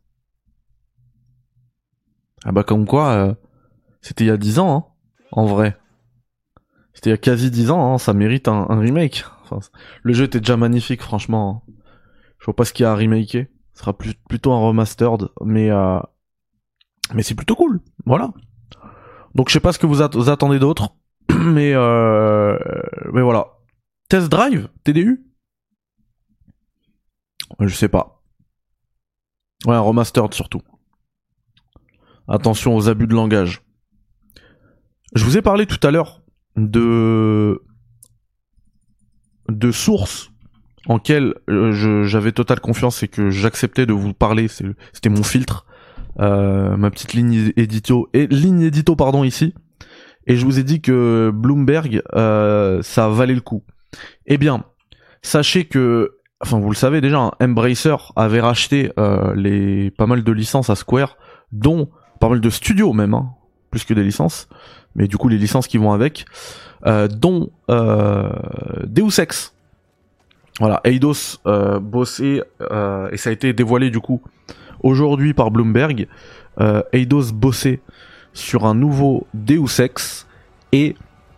Ah bah comme quoi, c'était il y a 10 ans, hein, en vrai. C'était il y a quasi 10 ans, hein, ça mérite un remake. Enfin, le jeu était déjà magnifique, franchement. Je vois pas ce qu'il y a à remaker. Ce sera plutôt un remastered, mais c'est plutôt cool, voilà. Donc je sais pas ce que vous attendez d'autre, mais voilà. Test Drive, TDU? Je sais pas. Ouais, un remastered surtout. Attention aux abus de langage. Je vous ai parlé tout à l'heure de sources en quelles j'avais totale confiance et que j'acceptais de vous parler. C'était mon filtre. Ma petite ligne édito ici, et je vous ai dit que Bloomberg ça valait le coup. Eh bien, sachez que, enfin vous le savez déjà, hein, Embracer avait racheté pas mal de licences à Square, dont pas mal de studios même, hein, plus que des licences, mais du coup les licences qui vont avec, dont Deus Ex. Voilà, Eidos bossé, et ça a été dévoilé du coup aujourd'hui par Bloomberg. Eidos bossait sur un nouveau Deus Ex, et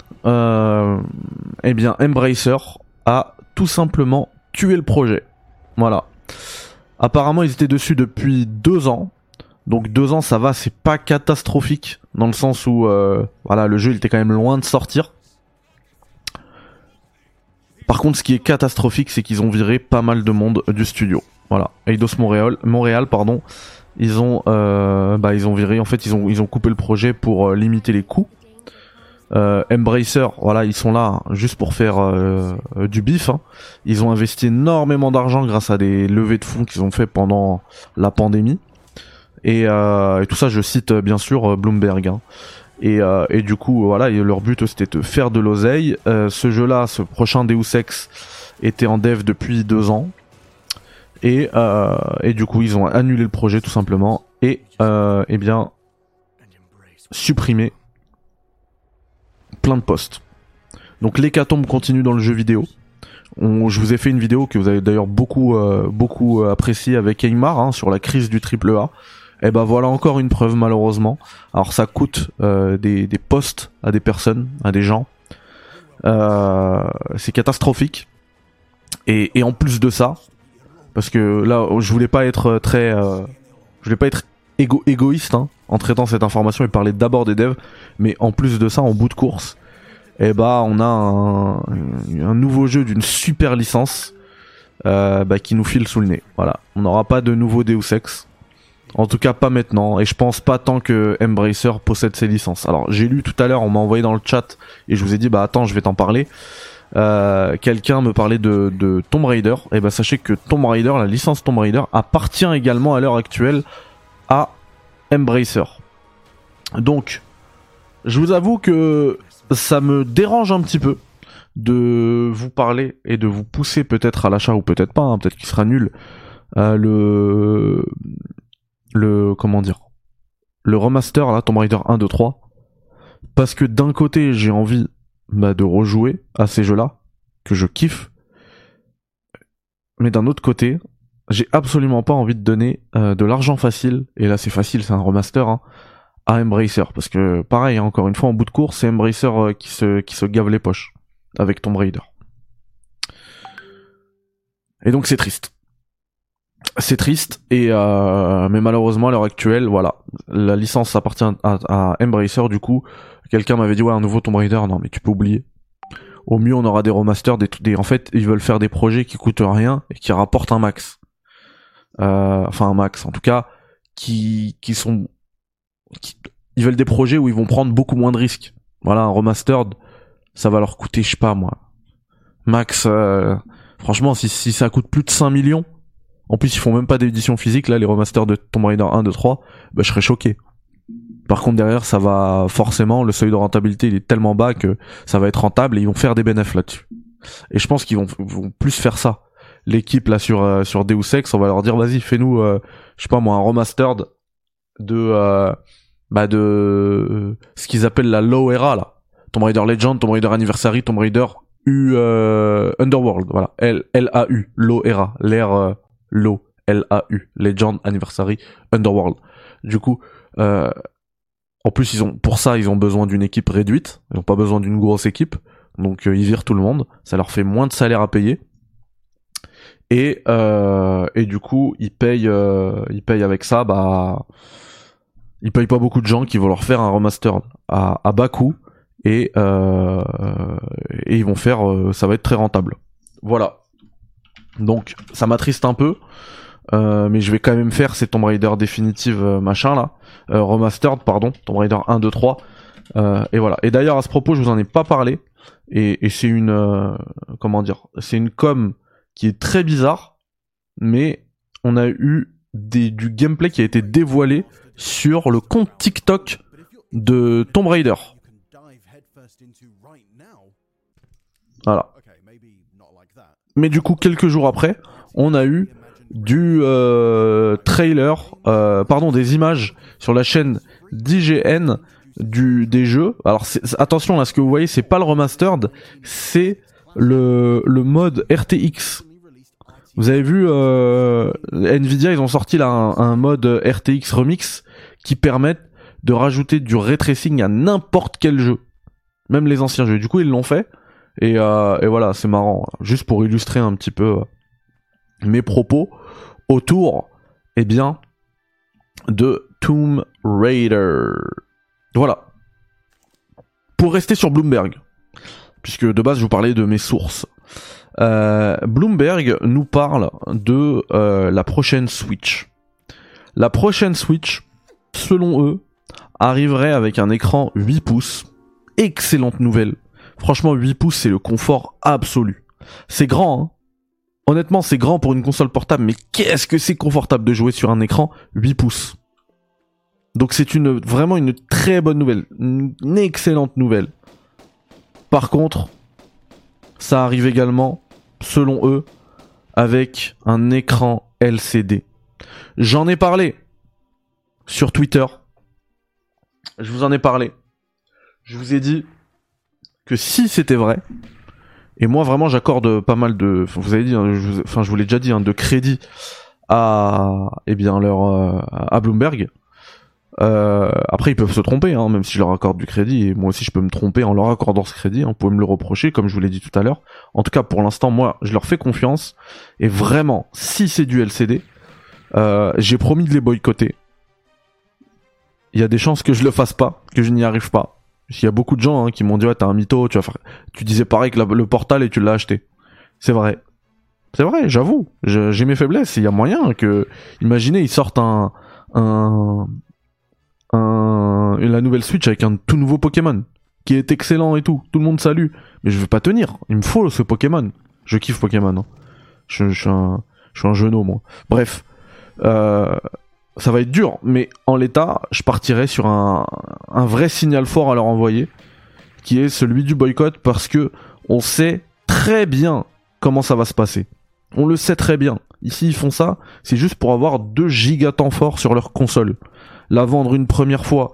eh bien Embracer a tout simplement tué le projet. Voilà. Apparemment ils étaient dessus depuis 2 ans. Donc 2 ans ça va, c'est pas catastrophique, dans le sens où voilà, le jeu il était quand même loin de sortir. Par contre ce qui est catastrophique, c'est qu'ils ont viré pas mal de monde du studio. Voilà, Eidos Montréal, pardon. Ils ont viré, en fait ils ont coupé le projet pour limiter les coûts. Embracer, voilà, ils sont là juste pour faire du bif, hein. Ils ont investi énormément d'argent grâce à des levées de fonds qu'ils ont fait pendant la pandémie. Et tout ça, je cite bien sûr Bloomberg, hein. Et du coup, voilà, leur but c'était de faire de l'oseille. Ce jeu-là, ce prochain Deus Ex, était en dev depuis 2 ans. Et du coup, ils ont annulé le projet tout simplement. Et eh bien, supprimé plein de postes. Donc l'hécatombe continue dans le jeu vidéo. Je vous ai fait une vidéo que vous avez d'ailleurs beaucoup appréciée avec Aymar, hein, sur la crise du AAA. Et ben voilà encore une preuve, malheureusement. Alors ça coûte des postes à des personnes, à des gens. C'est catastrophique. Et en plus de ça, parce que là je voulais pas être égoïste, hein, en traitant cette information et parler d'abord des devs, mais en plus de ça, en bout de course, et bah on a un nouveau jeu d'une super licence qui nous file sous le nez. Voilà, on n'aura pas de nouveau Deus Ex. En tout cas pas maintenant, et je pense pas tant que Embracer possède ses licences. Alors j'ai lu tout à l'heure, on m'a envoyé dans le chat, et je vous ai dit bah attends, je vais t'en parler. Quelqu'un me parlait de Tomb Raider, et bah sachez que Tomb Raider, la licence Tomb Raider, appartient également à l'heure actuelle à Embracer. Donc je vous avoue que ça me dérange un petit peu de vous parler et de vous pousser peut-être à l'achat, ou peut-être pas, hein, peut-être qu'il sera nul, comment dire, le remaster là, Tomb Raider 1, 2, 3, parce que d'un côté j'ai envie de rejouer à ces jeux là que je kiffe, mais d'un autre côté j'ai absolument pas envie de donner de l'argent facile, et là c'est facile, c'est un remaster, hein, à Embracer, parce que pareil, hein, encore une fois en bout de course, c'est Embracer qui se gave les poches avec Tomb Raider. Et donc c'est triste. C'est triste, et mais malheureusement à l'heure actuelle, voilà, la licence appartient à Embracer. Du coup, quelqu'un m'avait dit ouais, un nouveau Tomb Raider, non mais tu peux oublier. Au mieux on aura des remasters, en fait ils veulent faire des projets qui coûtent rien et qui rapportent un max. Enfin un max, en tout cas, ils veulent des projets où ils vont prendre beaucoup moins de risques. Voilà, un remastered, ça va leur coûter, je sais pas moi, max, franchement si ça coûte plus de 5 millions, en plus ils font même pas d'édition physique, là les remasters de Tomb Raider 1, 2, 3, bah je serais choqué. Par contre derrière ça va forcément, le seuil de rentabilité il est tellement bas que ça va être rentable et ils vont faire des bénéfices là-dessus. Et je pense qu'ils vont plus faire ça. L'équipe là sur Deus Ex, on va leur dire vas-y fais-nous je sais pas moi un remastered de ce qu'ils appellent la Low Era là. Tomb Raider Legend, Tomb Raider Anniversary, Tomb Raider Underworld, voilà, L-A-U, Low Era, l'ère Low, L-A-U, Legend, Anniversary, Underworld. Du coup, en plus pour ça ils ont besoin d'une équipe réduite, ils ont pas besoin d'une grosse équipe, donc ils virent tout le monde, ça leur fait moins de salaire à payer. Et du coup, ils payent avec ça, ils payent pas beaucoup de gens qui vont leur faire un remaster à bas coût, et ils vont faire, ça va être très rentable. Voilà. Donc, ça m'attriste un peu, mais je vais quand même faire ces Tomb Raider définitive machin là, remastered pardon, Tomb Raider 1, 2, 3, et voilà. Et d'ailleurs à ce propos, je vous en ai pas parlé, et c'est une c'est une com qui est très bizarre, mais on a eu du gameplay qui a été dévoilé sur le compte TikTok de Tomb Raider. Voilà. Mais du coup, quelques jours après, on a eu du des images sur la chaîne d'IGN des jeux. Alors attention là, ce que vous voyez, c'est pas le remastered, c'est le mode RTX. Vous avez vu Nvidia, ils ont sorti là un mode RTX Remix qui permet de rajouter du ray tracing à n'importe quel jeu, même les anciens jeux. Du coup ils l'ont fait, et voilà, c'est marrant, juste pour illustrer un petit peu mes propos autour de Tomb Raider. Voilà. Pour rester sur Bloomberg, puisque de base je vous parlais de mes sources, Bloomberg nous parle de la prochaine Switch. La prochaine Switch, selon eux, arriverait avec un écran 8 pouces. Excellente nouvelle. Franchement, 8 pouces, c'est le confort absolu. C'est grand, hein. Honnêtement, c'est grand pour une console portable, mais qu'est-ce que c'est confortable de jouer sur un écran 8 pouces. Donc c'est vraiment une très bonne nouvelle. Une excellente nouvelle. Par contre, ça arrive également, selon eux, avec un écran LCD. J'en ai parlé sur Twitter. Je vous en ai parlé. Je vous ai dit que si c'était vrai, et moi vraiment j'accorde pas mal de, vous avez dit, je vous l'ai déjà dit, de crédit à Bloomberg. Après ils peuvent se tromper, même si je leur accorde du crédit, et moi aussi je peux me tromper en leur accordant ce crédit, vous pouvez me le reprocher comme je vous l'ai dit tout à l'heure. En tout cas pour l'instant moi je leur fais confiance, et vraiment si c'est du LCD, j'ai promis de les boycotter. Il y a des chances que je le fasse pas, que je n'y arrive pas. Il y a beaucoup de gens qui m'ont dit ouais t'es un mytho, tu disais pareil que le Portal et tu l'as acheté. C'est vrai, j'avoue, j'ai mes faiblesses. Il y a moyen que, imaginez, ils sortent la nouvelle Switch avec un tout nouveau Pokémon qui est excellent et tout, le monde salue, mais je veux pas tenir, il me faut ce Pokémon. Je kiffe Pokémon, je suis un genou moi. Bref, ça va être dur, mais en l'état je partirais sur un vrai signal fort à leur envoyer, qui est celui du boycott, parce que on sait très bien comment ça va se passer. On le sait très bien. Ici ils font ça, c'est juste pour avoir 2 gigas temps fort sur leur console. La vendre une première fois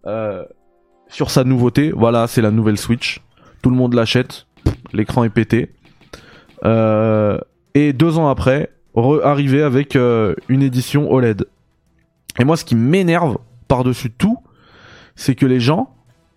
sur sa nouveauté, voilà, c'est la nouvelle Switch. Tout le monde l'achète, l'écran est pété. Et 2 ans après, arriver avec une édition OLED. Et moi, ce qui m'énerve par-dessus tout, c'est que les gens,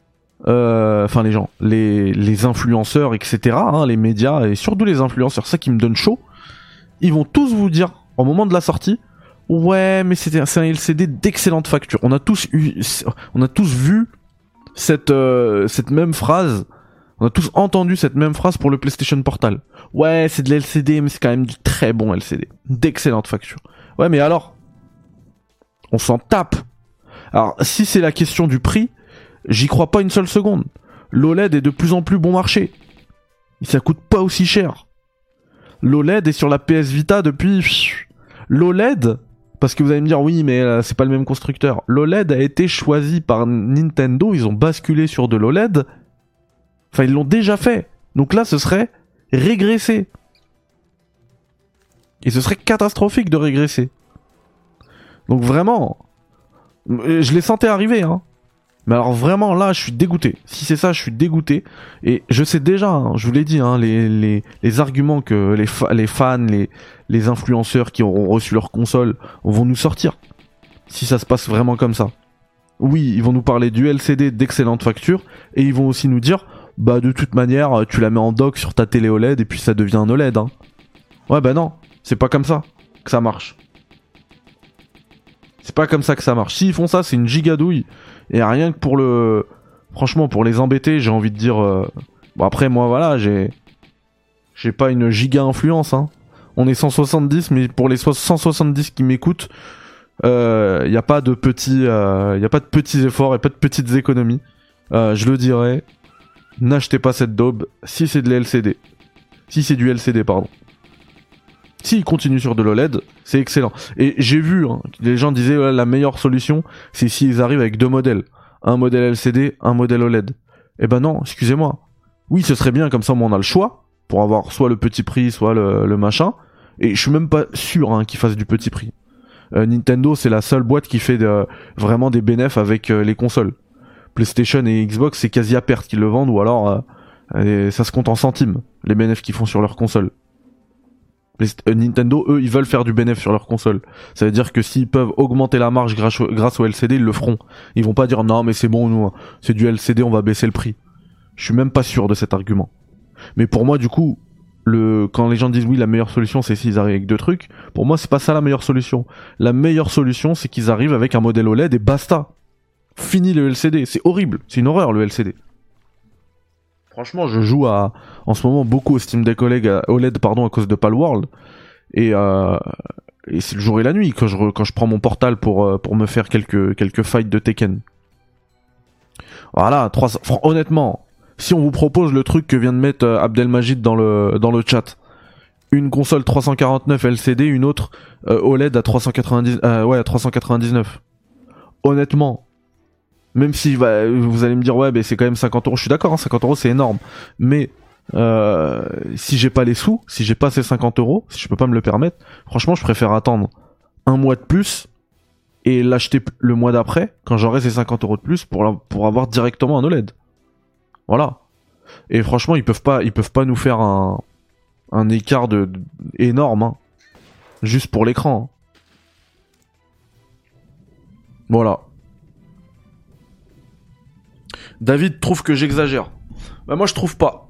les influenceurs, etc., hein, les médias, et surtout les influenceurs, ça qui me donne chaud, ils vont tous vous dire, au moment de la sortie, ouais, mais c'est un LCD d'excellente facture. On a tous vu cette même phrase, on a tous entendu cette même phrase pour le PlayStation Portal. Ouais, c'est de l'LCD, mais c'est quand même du très bon LCD, d'excellente facture. Ouais, mais alors, on s'en tape. Alors, si c'est la question du prix, j'y crois pas une seule seconde. L'OLED est de plus en plus bon marché. Et ça coûte pas aussi cher. L'OLED est sur la PS Vita depuis... L'OLED, parce que vous allez me dire, oui, mais c'est pas le même constructeur. L'OLED a été choisi par Nintendo, ils ont basculé sur de l'OLED. Enfin, ils l'ont déjà fait. Donc là, ce serait régresser. Et ce serait catastrophique de régresser. Donc vraiment, je les sentais arriver, hein. Mais alors vraiment là, je suis dégoûté. Si c'est ça, je suis dégoûté. Et je sais déjà, hein, je vous l'ai dit, hein, les arguments que les fans, les influenceurs qui auront reçu leur console vont nous sortir. Si ça se passe vraiment comme ça. Oui, ils vont nous parler du LCD d'excellente facture. Et ils vont aussi nous dire, bah de toute manière, tu la mets en dock sur ta télé OLED et puis ça devient un OLED. Hein. Ouais, bah non, c'est pas comme ça que ça marche. C'est pas comme ça que ça marche. S'ils font ça, c'est une gigadouille. Et rien que pour le... Franchement, pour les embêter, j'ai envie de dire... Bon après, moi, voilà, j'ai pas une giga influence, hein. On est 170, mais pour les 170 qui m'écoutent, y a pas de petits efforts et pas de petites économies. Je le dirais, n'achetez pas cette daube si c'est de l'LCD. Si c'est du LCD, pardon. S'ils continuent sur de l'OLED, c'est excellent. Et j'ai vu, hein, les gens disaient la meilleure solution, c'est s'ils arrivent avec deux modèles. Un modèle LCD, un modèle OLED. Eh ben non, excusez-moi. Oui, ce serait bien, comme ça on a le choix, pour avoir soit le petit prix, soit le machin. Et je suis même pas sûr hein, qu'ils fassent du petit prix. Nintendo, c'est la seule boîte qui fait vraiment des bénéfices avec les consoles. PlayStation et Xbox, c'est quasi à perte qu'ils le vendent, ou alors ça se compte en centimes, les bénéfices qu'ils font sur leur console. Nintendo, eux, ils veulent faire du bénéfice sur leur console. Ça veut dire que s'ils peuvent augmenter la marge grâce au LCD, ils le feront. Ils vont pas dire non mais c'est bon, nous, c'est du LCD, on va baisser le prix. Je suis même pas sûr de cet argument. Mais pour moi, du coup, quand les gens disent oui, la meilleure solution, c'est s'ils arrivent avec deux trucs. Pour moi, c'est pas ça la meilleure solution. La meilleure solution, c'est qu'ils arrivent avec un modèle OLED et basta. Fini le LCD. C'est horrible. C'est une horreur le LCD. Franchement, je joue en ce moment beaucoup au Steam Deck OLED à cause de Palworld. Et c'est le jour et la nuit quand je prends mon portal pour me faire quelques fights de Tekken. Voilà, honnêtement, si on vous propose le truc que vient de mettre Abdelmajid dans le chat, une console 349 LCD, une autre OLED à 399. Honnêtement, même si vous allez me dire ouais, c'est quand même 50 €, je suis d'accord, hein, 50 € c'est énorme, mais si j'ai pas les sous, si j'ai pas ces 50 €, si je peux pas me le permettre, franchement, je préfère attendre un mois de plus et l'acheter le mois d'après quand j'aurai ces 50 € de plus pour avoir directement un OLED. Voilà. Et franchement, ils peuvent pas nous faire un écart énorme, hein, juste pour l'écran. Hein. Voilà. David trouve que j'exagère. Bah moi je trouve pas.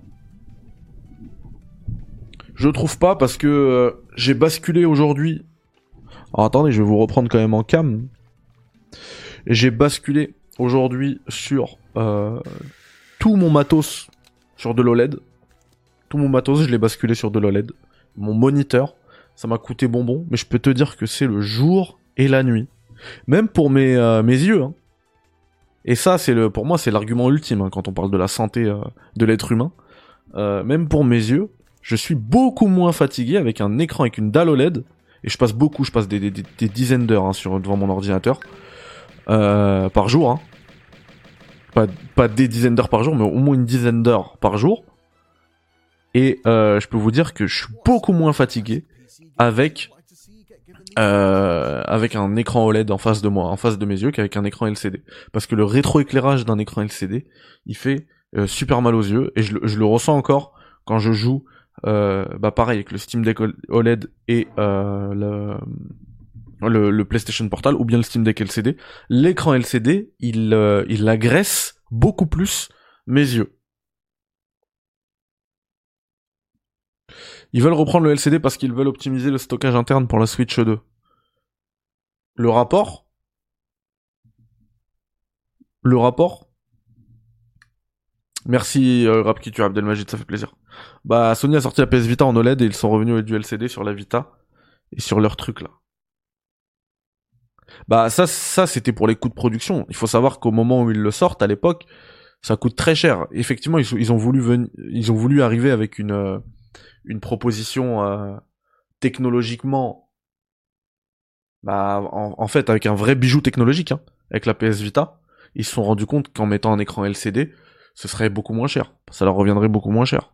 Je trouve pas parce que j'ai basculé aujourd'hui. Alors attendez, je vais vous reprendre quand même en cam. J'ai basculé aujourd'hui sur tout mon matos sur de l'OLED. Tout mon matos, je l'ai basculé sur de l'OLED. Mon moniteur, ça m'a coûté bonbon, mais je peux te dire que c'est le jour et la nuit. Même pour mes yeux, hein. Et ça, pour moi, c'est l'argument ultime hein, quand on parle de la santé de l'être humain. Même pour mes yeux, je suis beaucoup moins fatigué avec un écran avec une dalle OLED. Et je passe des dizaines d'heures hein, devant mon ordinateur par jour. Hein. Pas des dizaines d'heures par jour, mais au moins une dizaine d'heures par jour. Et je peux vous dire que je suis beaucoup moins fatigué avec un écran OLED en face de moi, en face de mes yeux, qu'avec un écran LCD. Parce que le rétroéclairage d'un écran LCD, il fait super mal aux yeux, et je le ressens encore quand je joue bah pareil avec le Steam Deck OLED et le PlayStation Portal ou bien le Steam Deck LCD, l'écran LCD, il agresse beaucoup plus mes yeux. Ils veulent reprendre le LCD parce qu'ils veulent optimiser le stockage interne pour la Switch 2. Le rapport Merci Rapkitu Abdelmajid, ça fait plaisir. Bah Sony a sorti la PS Vita en OLED et ils sont revenus avec du LCD sur la Vita et sur leur truc là. Bah ça c'était pour les coûts de production. Il faut savoir qu'au moment où ils le sortent à l'époque, ça coûte très cher. Effectivement, ils ont voulu arriver avec une proposition technologiquement, bah en fait avec un vrai bijou technologique, hein, avec la PS Vita. Ils se sont rendus compte qu'en mettant un écran LCD, ce serait beaucoup moins cher. Ça leur reviendrait beaucoup moins cher.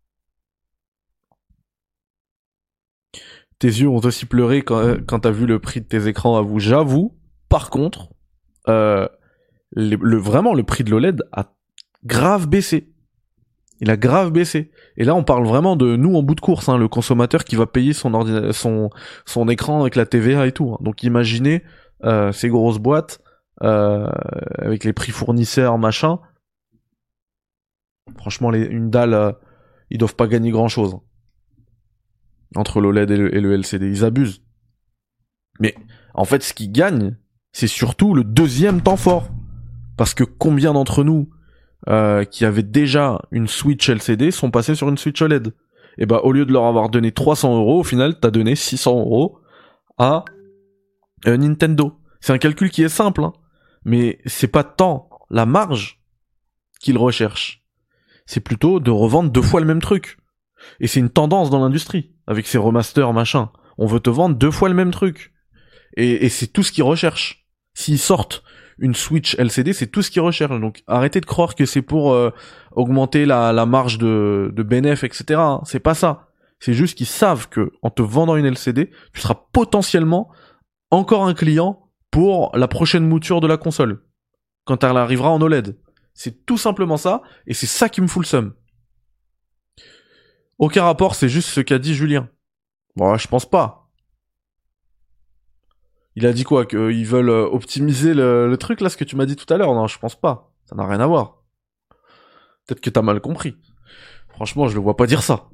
Tes yeux ont aussi pleuré quand t'as vu le prix de tes écrans, avoue. J'avoue, par contre, vraiment le prix de l'OLED a grave baissé. Il a grave baissé. Et là, on parle vraiment de nous en bout de course, hein, le consommateur qui va payer son écran avec la TVA et tout. Hein. Donc imaginez ces grosses boîtes avec les prix fournisseurs, machin. Franchement, une dalle, ils doivent pas gagner grand-chose. Entre l'OLED et le LCD. Ils abusent. Mais en fait, ce qu'ils gagnent, c'est surtout le deuxième temps fort. Parce que combien d'entre nous qui avaient déjà une Switch LCD sont passés sur une Switch OLED? Et bah au lieu de leur avoir donné 300€, au final, t'as donné 600€ à Nintendo. C'est un calcul qui est simple, hein. Mais c'est pas tant la marge qu'ils recherchent. C'est plutôt de revendre 2 fois le même truc. Et c'est une tendance dans l'industrie, avec ces remasters, machin. On veut te vendre 2 fois le même truc. Et c'est tout ce qu'ils recherchent. S'ils sortent une Switch LCD, c'est tout ce qu'ils recherchent. Donc arrêtez de croire que c'est pour augmenter la marge de bénéf, etc. Hein. C'est pas ça. C'est juste qu'ils savent que en te vendant une LCD, tu seras potentiellement encore un client pour la prochaine mouture de la console. Quand elle arrivera en OLED. C'est tout simplement ça, et c'est ça qui me fout le seum. Aucun rapport, c'est juste ce qu'a dit Julien. Bon, je pense pas. Il a dit quoi? Qu'ils veulent optimiser le truc, là, ce que tu m'as dit tout à l'heure? Non, je pense pas. Ça n'a rien à voir. Peut-être que t'as mal compris. Franchement, je le vois pas dire ça.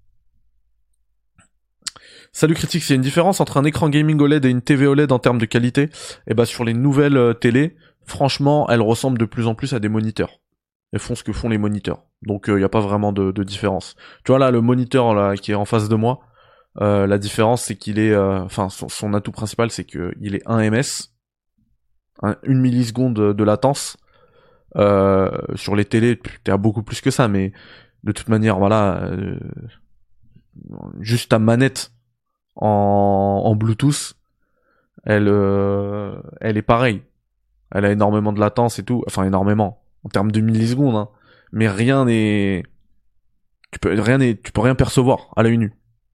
Salut Critique, s'il y a une différence entre un écran gaming OLED et une TV OLED en termes de qualité, et bah sur les nouvelles télé, franchement, elles ressemblent de plus en plus à des moniteurs. Elles font ce que font les moniteurs. Donc y a pas vraiment de différence. Tu vois là, le moniteur là qui est en face de moi, la différence c'est qu'il est, enfin son atout principal c'est qu'il est 1 ms, 1 milliseconde de latence. Sur les télés, t'es à beaucoup plus que ça, mais de toute manière, voilà, juste ta manette en Bluetooth, elle est pareille. Elle a énormément de latence et tout, enfin énormément en termes de millisecondes, hein. Mais rien n'est, tu peux rien percevoir à l'œil nu.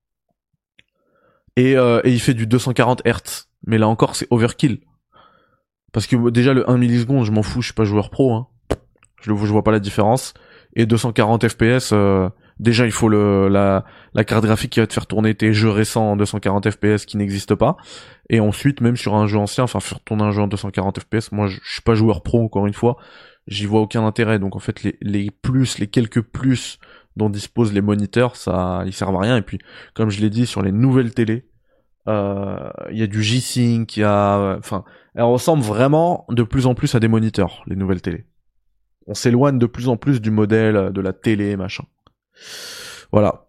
Et il fait du 240 Hz, mais là encore c'est overkill. Parce que déjà le 1 milliseconde, je m'en fous, je suis pas joueur pro, hein. Je vois pas la différence. Et 240 FPS, déjà il faut la carte graphique qui va te faire tourner tes jeux récents en 240 FPS qui n'existent pas. Et ensuite, même sur un jeu ancien, enfin faire tourner un jeu en 240 FPS, moi je suis pas joueur pro encore une fois, j'y vois aucun intérêt. Donc en fait les quelques plus dont disposent les moniteurs, ça ils servent à rien. Et puis comme je l'ai dit sur les nouvelles télés, il y a du G-Sync, enfin elles ressemblent vraiment de plus en plus à des moniteurs, les nouvelles télés. On s'éloigne de plus en plus du modèle de la télé, machin. Voilà.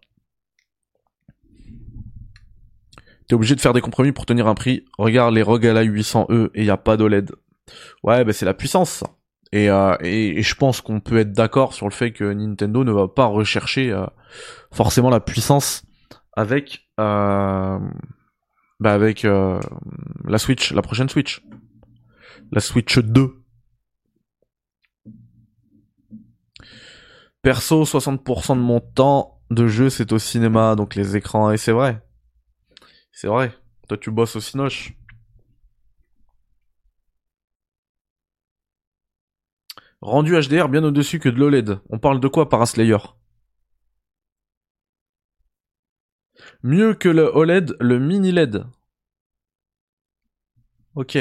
T'es obligé de faire des compromis pour tenir un prix. Regarde les ROG Ally 800E et y a pas d'OLED. Ouais, bah c'est la puissance, ça. Et je pense qu'on peut être d'accord sur le fait que Nintendo ne va pas rechercher forcément la puissance avec la Switch, la prochaine Switch. La Switch 2. Perso, 60% de mon temps de jeu, c'est au cinéma, donc les écrans, et c'est vrai. C'est vrai. Toi, tu bosses au Cinoche. Rendu HDR bien au-dessus que de l'OLED. On parle de quoi, Paraslayer? Mieux que le OLED, le mini LED. Ok.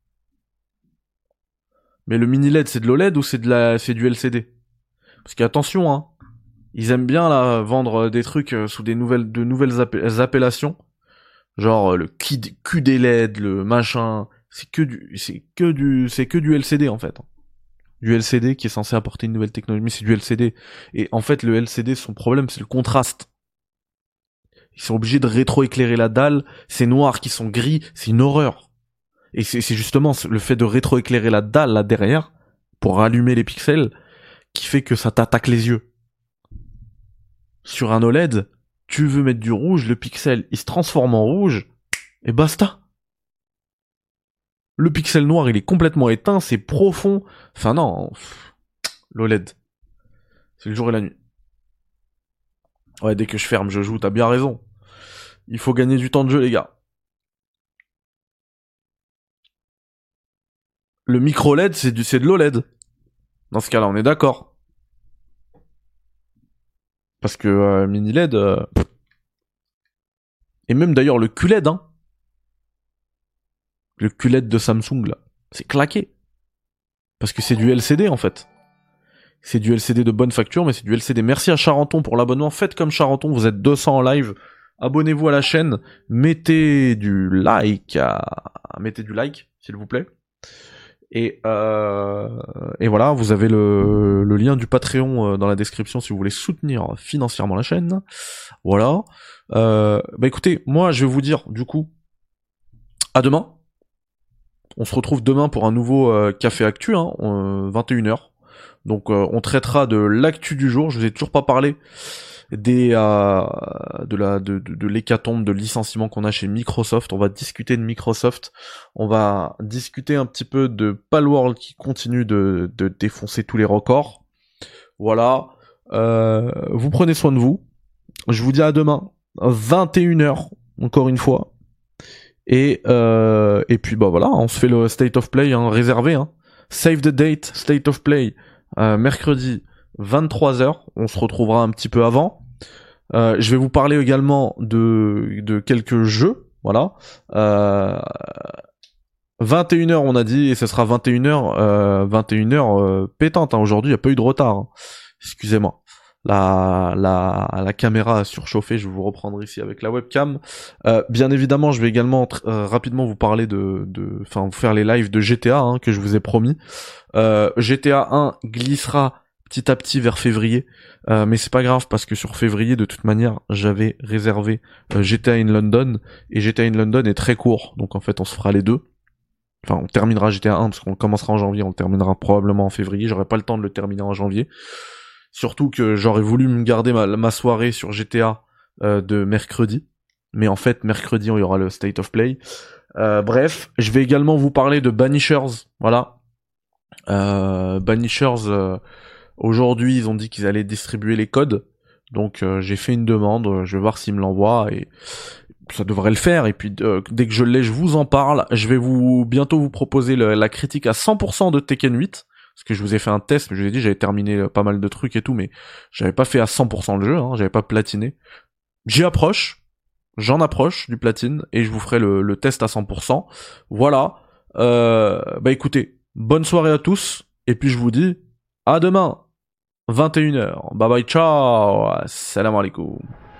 Mais le mini LED, c'est de l'OLED ou c'est du LCD? Parce qu'attention, hein. Ils aiment bien, là, vendre des trucs sous de nouvelles appellations. Genre, le QD LED, le machin. C'est que du LCD, en fait. Du LCD qui est censé apporter une nouvelle technologie, mais c'est du LCD. Et en fait, le LCD, son problème, c'est le contraste. Ils sont obligés de rétroéclairer la dalle, c'est noir qui sont gris, c'est une horreur. Et c'est justement le fait de rétroéclairer la dalle là derrière, pour rallumer les pixels, qui fait que ça t'attaque les yeux. Sur un OLED, tu veux mettre du rouge, le pixel il se transforme en rouge, et basta. Le pixel noir il est complètement éteint, c'est profond. Enfin non, l'OLED, c'est le jour et la nuit. Ouais, dès que je ferme, je joue, t'as bien raison. Il faut gagner du temps de jeu, les gars. Le micro LED, c'est de l'OLED. Dans ce cas-là, on est d'accord. Parce que mini LED... Et même d'ailleurs le QLED, hein. Le QLED de Samsung, là. C'est claqué. Parce que c'est du LCD, en fait. C'est du LCD de bonne facture, mais c'est du LCD. Merci à Charenton pour l'abonnement. Faites comme Charenton, vous êtes 200 en live. Abonnez-vous à la chaîne. Mettez du like, s'il vous plaît. Et voilà, vous avez le lien du Patreon dans la description si vous voulez soutenir financièrement la chaîne. Voilà. Bah écoutez, moi je vais vous dire du coup à demain. On se retrouve demain pour un nouveau Café Actu, hein, 21h. Donc on traitera de l'actu du jour. Je vous ai toujours pas parlé de l'hécatombe de licenciement qu'on a chez Microsoft. On va discuter de Microsoft. On va discuter un petit peu de Palworld qui continue de défoncer tous les records. Voilà. Vous prenez soin de vous. Je vous dis à demain, 21h, encore une fois. Et puis bah voilà, on se fait le State of Play réservé. Save the date, State of Play, mercredi 23h. On se retrouvera un petit peu avant. Je vais vous parler également de quelques jeux. Voilà. 21h on a dit, et ce sera 21h pétante. Aujourd'hui, il n'y a pas eu de retard. Excusez-moi. La caméra a surchauffé, je vais vous reprendre ici avec la webcam. Bien évidemment, je vais également rapidement vous parler vous faire les lives de GTA que je vous ai promis. GTA 1 glissera petit à petit vers février, mais c'est pas grave parce que sur février, de toute manière, j'avais réservé GTA in London, et GTA in London est très court, donc en fait on se fera les deux. Enfin, on terminera GTA 1 parce qu'on commencera en janvier, on le terminera probablement en février, j'aurai pas le temps de le terminer en janvier. Surtout que j'aurais voulu me garder ma soirée sur GTA de mercredi. Mais en fait, mercredi, il y aura le State of Play. Bref, je vais également vous parler de Banishers. Voilà. Banishers, aujourd'hui, ils ont dit qu'ils allaient distribuer les codes. Donc, j'ai fait une demande. Je vais voir s'ils me l'envoient. Et ça devrait le faire. Et puis, dès que je l'ai, je vous en parle. Je vais bientôt vous proposer la critique à 100% de Tekken 8. Parce que je vous ai fait un test, mais je vous ai dit, j'avais terminé pas mal de trucs et tout, mais j'avais pas fait à 100% le jeu, j'avais pas platiné. J'en approche du platine, et je vous ferai le test à 100%. Voilà. Bah écoutez, bonne soirée à tous, et puis je vous dis, à demain, 21h. Bye bye, ciao, salam alaikum.